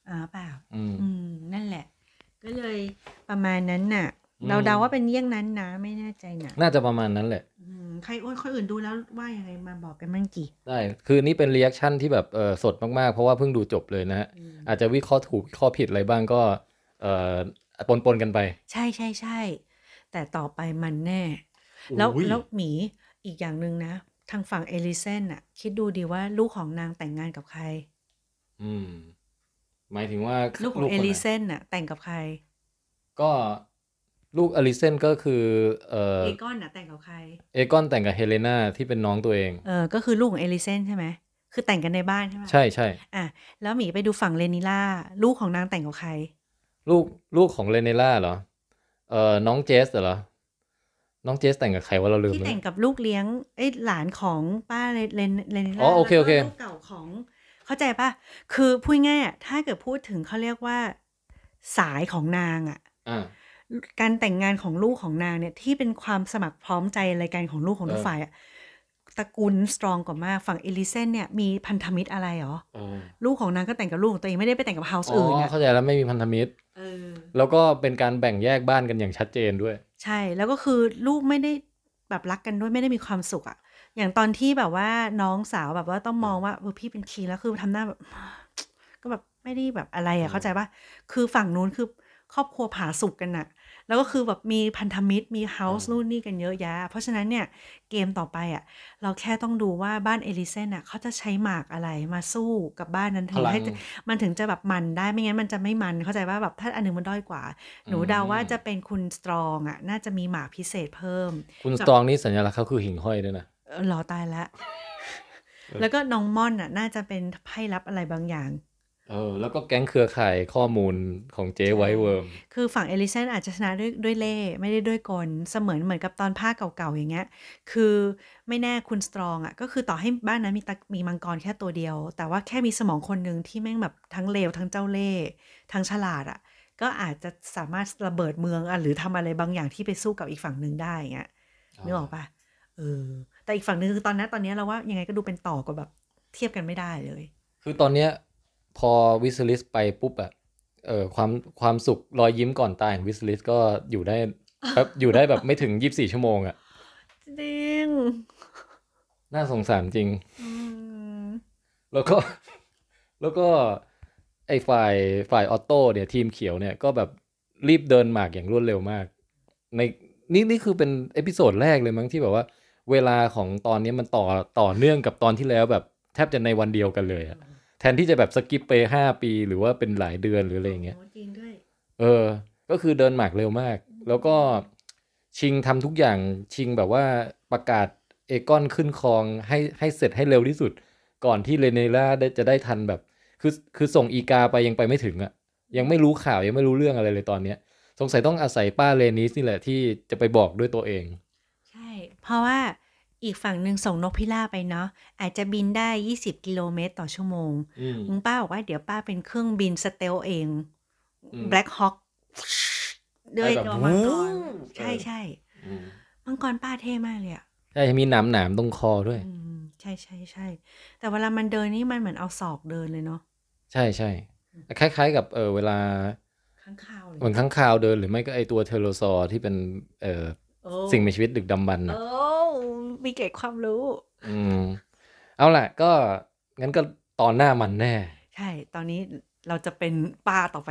อ๋อเปล่าอืมอืม นั่นแหละ ก็เลยประมาณนั้นน่ะอืเรามเดาว่าเป็นเยี่ยงนั้นนะ ไม่แน่ใจน่ะน่าจะประมาณนั้นแหละอืม ใคร โอ๊ย คนอื่นดูแล้วว่ายังไงมาบอกกันบ้างจิได้ คือนี่เป็นรีแอคชั่นที่แบบ เอ่อ สดมากๆ เพราะว่าเพิ่งดูจบเลยนะอืมอาจจะวิเคราะห์ถูก วิเคราะห์ผิดอะไรบ้างก็ เอ่อ ปน ๆ กันไปใช่ ๆ ๆ แต่ต่อไปมันแน่โอ้แล้วโฮแล้วหมีอีกอย่างหนึ่งนะ ทางฝั่ง Alicent น่ะ คิดดูดิว่าลูกของนางแต่งงานกับใคร? อืม หมายถึงว่า คลูกขอลูงกคนไหน? Alicent น่ะ แต่งกับใคร? ก็ลูก Alicent ก็คือ เอ่อ Aegon น่ะแต่งกับใคร? Aegon แต่งกับ Helena ที่เป็นน้องตัวเองเออ ก็คือลูกของ Alicent ใช่ไหม? คือแต่งกันในบ้านใช่เปล่า? ใช่ ๆอา แล้วหมีไปดูฝั่ง Rhaenyra ลูกของนางแต่งกับใคร? ลูก ลูกของ Rhaenyra เหรอ? เอ่อ น้อง Jace เหรอ? น้อง Jace แต่งกับใครวะ? เราลืมที่แล้วแต่เนงกับลูกเลี้ยง เอ๊ย หลานของป้า Rha Rhaen อ๋อ Rhaenyra โอแล้วเคก็ๆลูกเก่าของ เข้าใจเปล่า? คือพูดง่าย ๆ อะ ถ้าเกิดพูดถึง เขาเรียกว่า สายของนางอะอาอ การแต่งงานของลูกของนางเนี่ย ที่เป็นความสมัครพร้อมใจอะไรกันของลูกของทุกเออฝ่ายอะ ตระกูลสตรองกว่ามาก ฝั่ง Alicent เนี่ยมีพันธมิตรอะไรเหรอ? เออลูกของนางก็แต่งกับลูกของตัวเอง ไม่ได้ไปแต่งกับเฮาส์อ๋ออื่นน่ะเข้าใจแล้ว ไม่มีพันธมิตรเออแล้วก็เป็นการแบ่งแยกบ้านกันอย่างชัดเจนด้วยใช่ แล้วก็คือลูกไม่ได้แบบรักกันด้วย ไม่ได้มีความสุขอะ อย่างตอนที่แบบว่าน้องสาวแบบว่าต้องมองว่า เออ พี่เป็น King แล้วคือทำหน้าแบบ ก็แบบไม่ได้แบบอะไรเอะ เข้าใจออเปล่า? คือฝั่งนู้นคือครอบครัวผาสุกกันน่ะ แล้วก็คือแบบมีพันธมิตร มีเฮาเส์ออนู่นนี่กันเยอะแยะ เพราะฉะนั้นเนี่ยเกมต่อไปอะ เราแค่ต้องดูว่าบ้าน Alicent น่ะ เขาจะใช้หมากอะไรมาสู้กับบ้านนั้นพถึงลัให้งจ มันถึงจะแบบมันได้ ไม่งั้นมันจะไม่มัน เข้าใจเปล่า? แบบถ้าอันหนึ่งมันด้อยกว่าอืหนูเดาว่าจะมเป็นคุณสตรองอะ น่าจะมีหมากพิเศษเพิ่มคุณสกับตรองนี่สัญลักษณ์เขาคือหิ่งห้อยด้วยนะเออ เหรอ? ตายแล้วเออแล้วก็น้องม่อนน่ะ น่าจะเป็นไพ่ลับอะไรบางอย่างเออ แล้วก็แก๊งเครือข่ายข้อมูลของเจ๊ใช่ White Worm คือฝั่ง Alicent อาจจะชนะด้วย ด้วยเล่ห์ ไม่ได้ด้วยกล เสมือนเหมือนกับตอนภาคเก่า ๆ อย่างเงี้ย คือไม่แน่คุณสตรองอะ ก็คือต่อให้บ้านนั้นมีตะ มีมังกรแค่ตัวเดียว แต่ว่าแค่มีสมองคนหนึ่งที่แม่งแบบทั้งเลว ทั้งเจ้าเล่ห์ ทั้งฉลาดอะ ก็อาจจะสามารถระเบิดเมืองอะ หรือทำอะไรบางอย่างที่ไปสู้กับอีกฝั่งหนึ่งได้ อย่างเงี้ยอนึกออกเปาล่า? เออ แต่อีกฝั่งหนึ่งคือตอน ณ ตอนเนี้ยเราว่ายังไงก็ดูเป็นต่อกว่าแบบ เทียบกันไม่ได้เลยคือตอนเนี้ยพอ Viserys ไปปุ๊บอะ เอ่อ ความ ความสุขรอยยิ้มก่อนตายของ Viserys ก็อยู่ได้ แป๊บ อยู่ได้แบบไม่ถึง ยี่สิบสี่ ชั่วโมงอะจริงน่าสงสารจริงอืมแล้วก็ แล้วก็ไอ้ฝ่าย ฝ่าย Otto เนี่ย ทีมเขียวเนี่ย ก็แบบรีบเดินหมากอย่างรวดเร็วมาก ใน นี่ นี่คือเป็นเอพิโซดแรกเลยมั้งที่แบบว่า เวลาของตอนนี้มันต่อ ต่อเนื่องกับตอนที่แล้วแบบแทบจะในวันเดียวกันเลยอะ แทนที่จะแบบสกิปไป ห้า ปี หรือว่าเป็นหลายเดือน หรืออะไรอย่างเงี้ยอ๋อ จริงด้วยเออ ก็คือเดินหมากเร็วมาก แล้วก็ชิงทำทุกอย่าง ชิงแบบว่าประกาศ Aegon ขึ้นครองให้ ให้เสร็จให้เร็วที่สุด ก่อนที่ Rhaenyra ได้ จะได้ทันแบบ คือ คือส่งอีกาไปยังไปไม่ถึงอะ ยังไม่รู้ข่าว ยังไม่รู้เรื่องอะไรเลยตอนเนี้ย สงสัยต้องอาศัยป้า Rhaenys นี่แหละที่จะไปบอกด้วยตัวเองใช่ เพราะว่าอีกฝั่งหนึ่งส่งนกพิราบไปเนาะ อาจจะบินได้ ยี่สิบ กิโลเมตรต่อชั่วโมงอืมคุณป้าบอกว่าเดี๋ยวป้าเป็นเครื่องบิน stealth เองอืม Black Hawk ด้ไอวยแบบตัววมังกรเออใช่อืมๆ มังกรป้าเท่มากเลยอะใช่ มีหนาม ๆ ตรงคอด้วยอืม ใช่ ๆ ๆ แต่เวลามันเดินนี่มันเหมือนเอาศอกเดินเลยเนาะใช่ ๆ คล้าย ๆ กับ เอ่อ เวลาค้างคาวเหมือนค้างคาวเดิน หรือไม่ก็ไอ้ตัว Pterosaur ที่เป็น เอ่อโอ้สิ่งมีชีวิตดึกดำบรรพ์โอน่ะ้ มีเกร็ดความรู้อืม เอาล่ะ ก็ งั้นก็ตอนหน้ามันแน่ใช่ ตอนนี้เราจะเป็นป้าต่อไป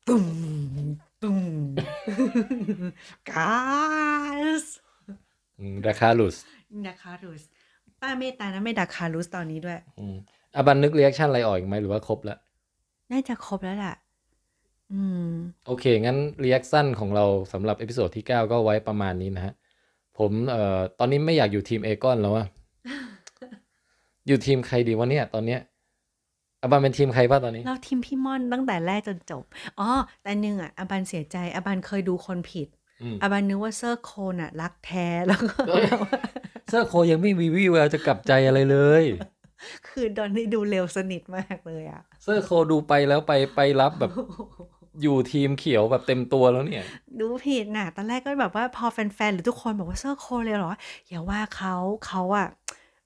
Guys อืม Dracarys Dracarys ป้าเมตตานะ ไม่ Dracarys ตอนนี้ด้วยอืม อาบันนึกรีแอคชันอะไรออกอีกไหม หรือว่าครบแล้ว? น่าจะครบแล้วล่ะ อืมโอเค งั้นรีแอคชันของเราสำหรับเอพิโซดที่ เก้า ก็ไว้ประมาณนี้นะครับ ผม เอ่อ ตอนนี้ไม่อยากอยู่ทีม Aegon แล้วอะ อยู่ทีมใครดีวะเนี่ย ตอนเนี้ย อาบันเป็นทีมใครเปล่าตอนนี้? เราทีมพี่ม่อนตั้งแต่แรกจนจบ อ๋อ แต่อันหนึ่งอะอาบันเสียใจ อาบันเคยดูคนผิดอืมอาบันนึกว่า Ser Cold น่ะรักแท้ แล้วก็เฮ้ย Ser Cold ยังไม่มีวี่แววจะกลับใจอะไรเลยคือตอนนี้ดูเร็วสนิทมากเลยอะ Ser Cold ดูไปแล้วไป ไปรับแบบ อยู่ทีมเขียวแบบเต็มตัวแล้วเนี่ยดูผิดน่ะ ตอนแรกก็แบบว่าพอแฟน ๆ หรือทุกคนบอกว่า Ser Cold เลยเหรอ อย่าว่าเขา เขาอะ เ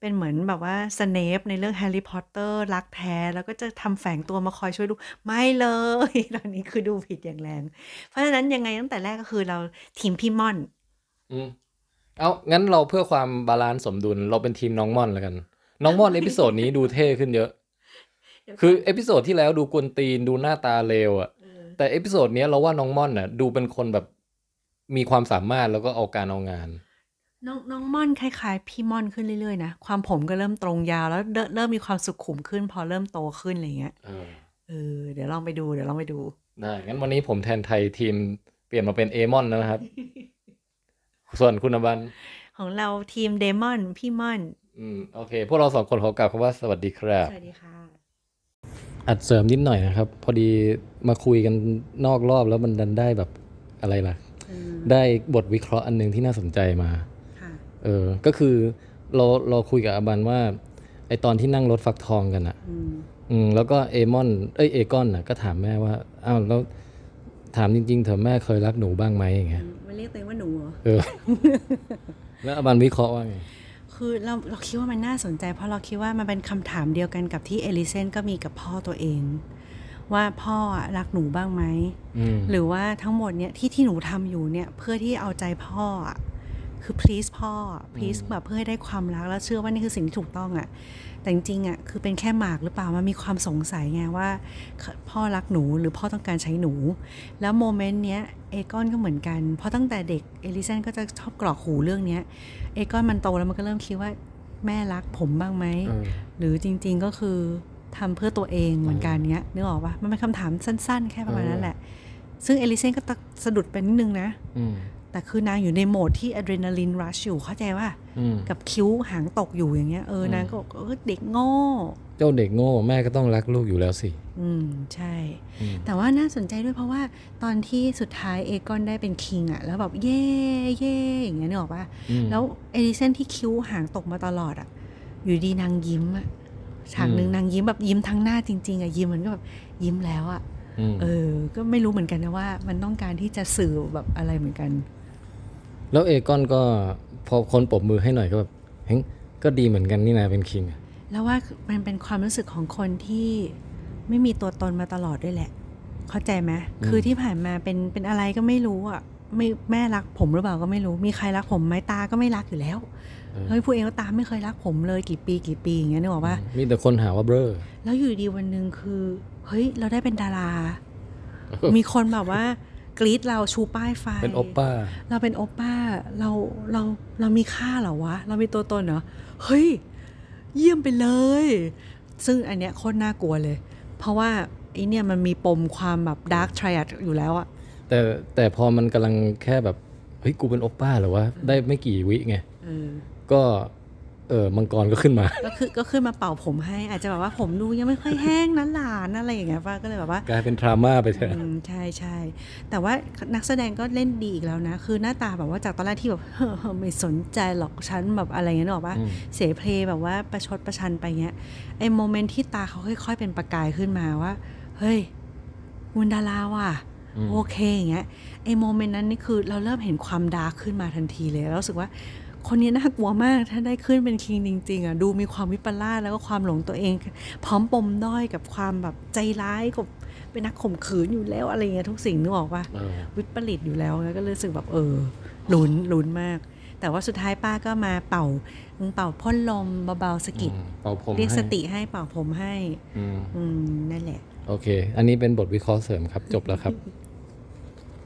เป็นเหมือนแบบว่าสเนปในเรื่องแฮร์รี่พอตเตอร์รักแท้แล้วก็จะทำแฝงตัวมาคอยช่วยลูกไม่เลย ตอนนี้คือดูผิดอย่างแรง เพราะฉะนั้นยังไงตั้งแต่แรกก็คือเราทีมพี่ม่อนอืมเอางั้นเราเพื่อความบาลานซ์สมดุลเราเป็นทีมน้องม่อนแล้วกัน น้องม่อนเอพิโซดนี้ดูเท่ขึ้นเยอะเดี๋ยวคือก่อนเอพิโซดที่แล้วดูกวนตีนดูหน้าตาเลวอะเออแต่เอพิโซดเนี้ยเราว่าน้องม่อนน่ะดูเป็นคนแบบมีความสามารถแล้วก็เอาการเอางานน้องน้องม่อนคล้ายๆพี่ม่อนขึ้นเรื่อยๆนะความผมก็เริ่มตรงยาวแล้วเริ่มเริ่มมีความสุขุมขึ้น พอเริ่มโตขึ้นอะไรเงี้ยเออเออเดี๋ยวลองไปดูเดี๋ยวลองไปดูได้งั้นวันนี้ผมแทนไทยทีมเปลี่ยนมาเป็นเอมอนแล้วนะครับ ส่วนคุณอบันของเราทีมเดมอนพี่ม่อนอืมโอเค พวกเราสองคนขอกล่าวคำว่าสวัสดีครับสวัสดีค่ะอัดเสริมนิดหน่อยนะครับ พอดีมาคุยกันนอกรอบแล้วมันดันได้แบบอะไรล่ะเออได้บทวิเคราะห์อันหนึงที่น่าสนใจมาค่ะเออ ก็คือเราเราคุยกับอบันว่าไอตอนที่นั่งรถฟักทองกันอะอืมอืมแล้วก็เอมอนเอ้ยเอกอนน่ะก็ถามแม่ว่าอ้าวแล้วถามจริง ๆ เถอะแม่เคยรักหนูบ้างไหมอย่างเงี้ยไม่เรียกตัวเองว่าหนูเหรอเออ แล้วอบันวิเคราะห์ว่าไงคือเราเราคิดว่ามันน่าสนใจ เพราะเราคิดว่ามันเป็นคำถามเดียวกันกับที่เอลิเซนก็มีกับพ่อตัวเอง ว่าพ่ออะรักหนูบ้างไหมอืมหรือว่าทั้งหมดเนี่ยที่ที่หนูทำอยู่เนี่ยเพื่อที่เอาใจพ่ออะคือ please พ่อ please แบบเพื่อให้ได้ความรักแล้วเชื่อว่านี่คือสิ่งที่ถูกต้องอะแต่จริงๆอะคือเป็นแค่หมากหรือเปล่ามันมีความสงสัยไงว่าพ่อรักหนูหรือพ่อต้องการใช้หนู แล้วโมเมนต์เนี้ยเอกอนก็เหมือนกันเพราะตั้งแต่เด็กเอลิเซนก็จะชอบกรอกหูเรื่องเนี้ยเอกอนมันโตแล้วมันก็เริ่มคิดว่าแม่รักผมบ้างไหมเออหรือจริงๆก็คือทำเพื่อตัวเองเหมือนกันเนี้ยนึกออกปะมันเป็นคำถามสั้นๆ แค่ประมาณนั้นแหละ ซึ่งเอลิเซนก็สะดุดไปนิดนึงนะอืมแต่คือนางอยู่ในโหมดที่อะดรีนาลินรัชอยู่เข้าใจว่าอืมกับคิ้วหางตกอยู่อย่างเงี้ยเอออืมนางก็บอกเออเด็กโง่เจ้าเด็กโง่แม่ก็ต้องรักลูกอยู่แล้วสิอืมใช่อืมแต่ว่าน่าสนใจด้วยเพราะว่าตอนที่สุดท้ายเอกอนได้เป็นคิงอะแล้วแบบเย่เย่อย่างเงี้ยนึกออกปะอืมแล้วเอลิเซนที่คิ้วหางตกมาตลอดอะอยู่ดีนางยิ้มอะฉากหนึ่งอืมนางยิ้มแบบยิ้มทั้งหน้าจริงๆอะยิ้มเหมือนก็แบบยิ้มแล้วอะอืมเออ ก็ไม่รู้เหมือนกันนะว่ามันต้องการที่จะสื่อแบบอะไรเหมือนกันแล้วเอกอนก็พอคนปรบมือให้หน่อยก็แบบเฮ้ยก็ดีเหมือนกันนี่นะเป็นคิงอะแล้วว่ามันเป็นความรู้สึกของคนที่ไม่มีตัวตนมาตลอดด้วยแหละ เข้าใจไหมคือที่ผ่านมาเป็นเป็นอะไรก็ไม่รู้อ่ะไม่แม่รักผมหรือเปล่าก็ไม่รู้มีใครรักผมไหมตาก็ไม่รักอยู่แล้วเออเฮ้ยพูดเองว่าตาไม่เคยรักผมเลยกี่ปีกี่ปีอย่างเงี้ยนึกออกปะมีแต่คนหาว่าเบ้อแล้วอยู่ดีวันหนึ่งคือเฮ้ยเราได้เป็นดารา มีคนแบบว่ากรี๊ดเราชูป้ายไฟเป็นโอปป้าเราเป็นโอปป้าเราเราเรามีค่าเหรอวะ เรามีตัวตนเหรอเฮ้ยเยี่ยมไปเลย ซึ่งอันเนี้ยโคตรน่ากลัวเลย เพราะว่าไอเนี่ยมันมีปมความแบบดาร์กทริอัดอยู่แล้วอะแต่แต่พอมันกำลังแค่แบบเฮ้ยกูเป็นโอปป้าเหรอวะได้ไม่กี่วิไงเออก็เออมังกรก็ขึ้นมาก็คือก็ขึ้นมาเป่าผมให้ อาจจะแบบว่าผมดูยังไม่ค่อยแห้งนั้นหลานอะไรอย่างเงี้ยป้าก็เลยแบบว่ากลายเป็นทราม่าไปเถอะอืมใช่ใช่แต่ว่านักแสดงก็เล่นดีอีกแล้วนะ คือหน้าตาแบบว่าจากตอนแรกที่แบบ เฮ้อไม่สนใจหรอกฉันแบบอะไรเงี้ยนึกออกปะอืมเสเพลแบบว่าประชดประชันไปเงี้ยไอ้โมเมนต์ที่ตาเขาค่อยๆเป็นประกายขึ้นมาว่า เฮ้ยคุณดาราว่ะอืมโอเคอย่างเงี้ยไอ้โมเมนต์นั้นนี่คือเราเริ่มเห็นความดาร์กขึ้นมาทันทีเลยแล้วรู้สึกว่า คนนี้น่ากลัวมากถ้าได้ขึ้นเป็นคิงจริงๆอ่ะดูมีความวิปลาสแล้วก็ความหลงตัวเอง พร้อมปมด้อยกับความแบบใจร้ายกับเป็นนักข่มขืนอยู่แล้วอะไรเงี้ยทุกสิ่งนึกออกปะเออวิปริตอยู่แล้วแล้วก็รู้สึกแบบเออลุ้นลุ้นมาก แต่ว่าสุดท้ายป้าก็มาเป่าเป่าพ่นลมเบาๆสะกิดอืมเป่าผมเรียกให้สติให้เป่าผมให้อืมอืมนั่นแหละโอเค อันนี้เป็นบทวิเคราะห์เสริมครับ จบแล้วครับ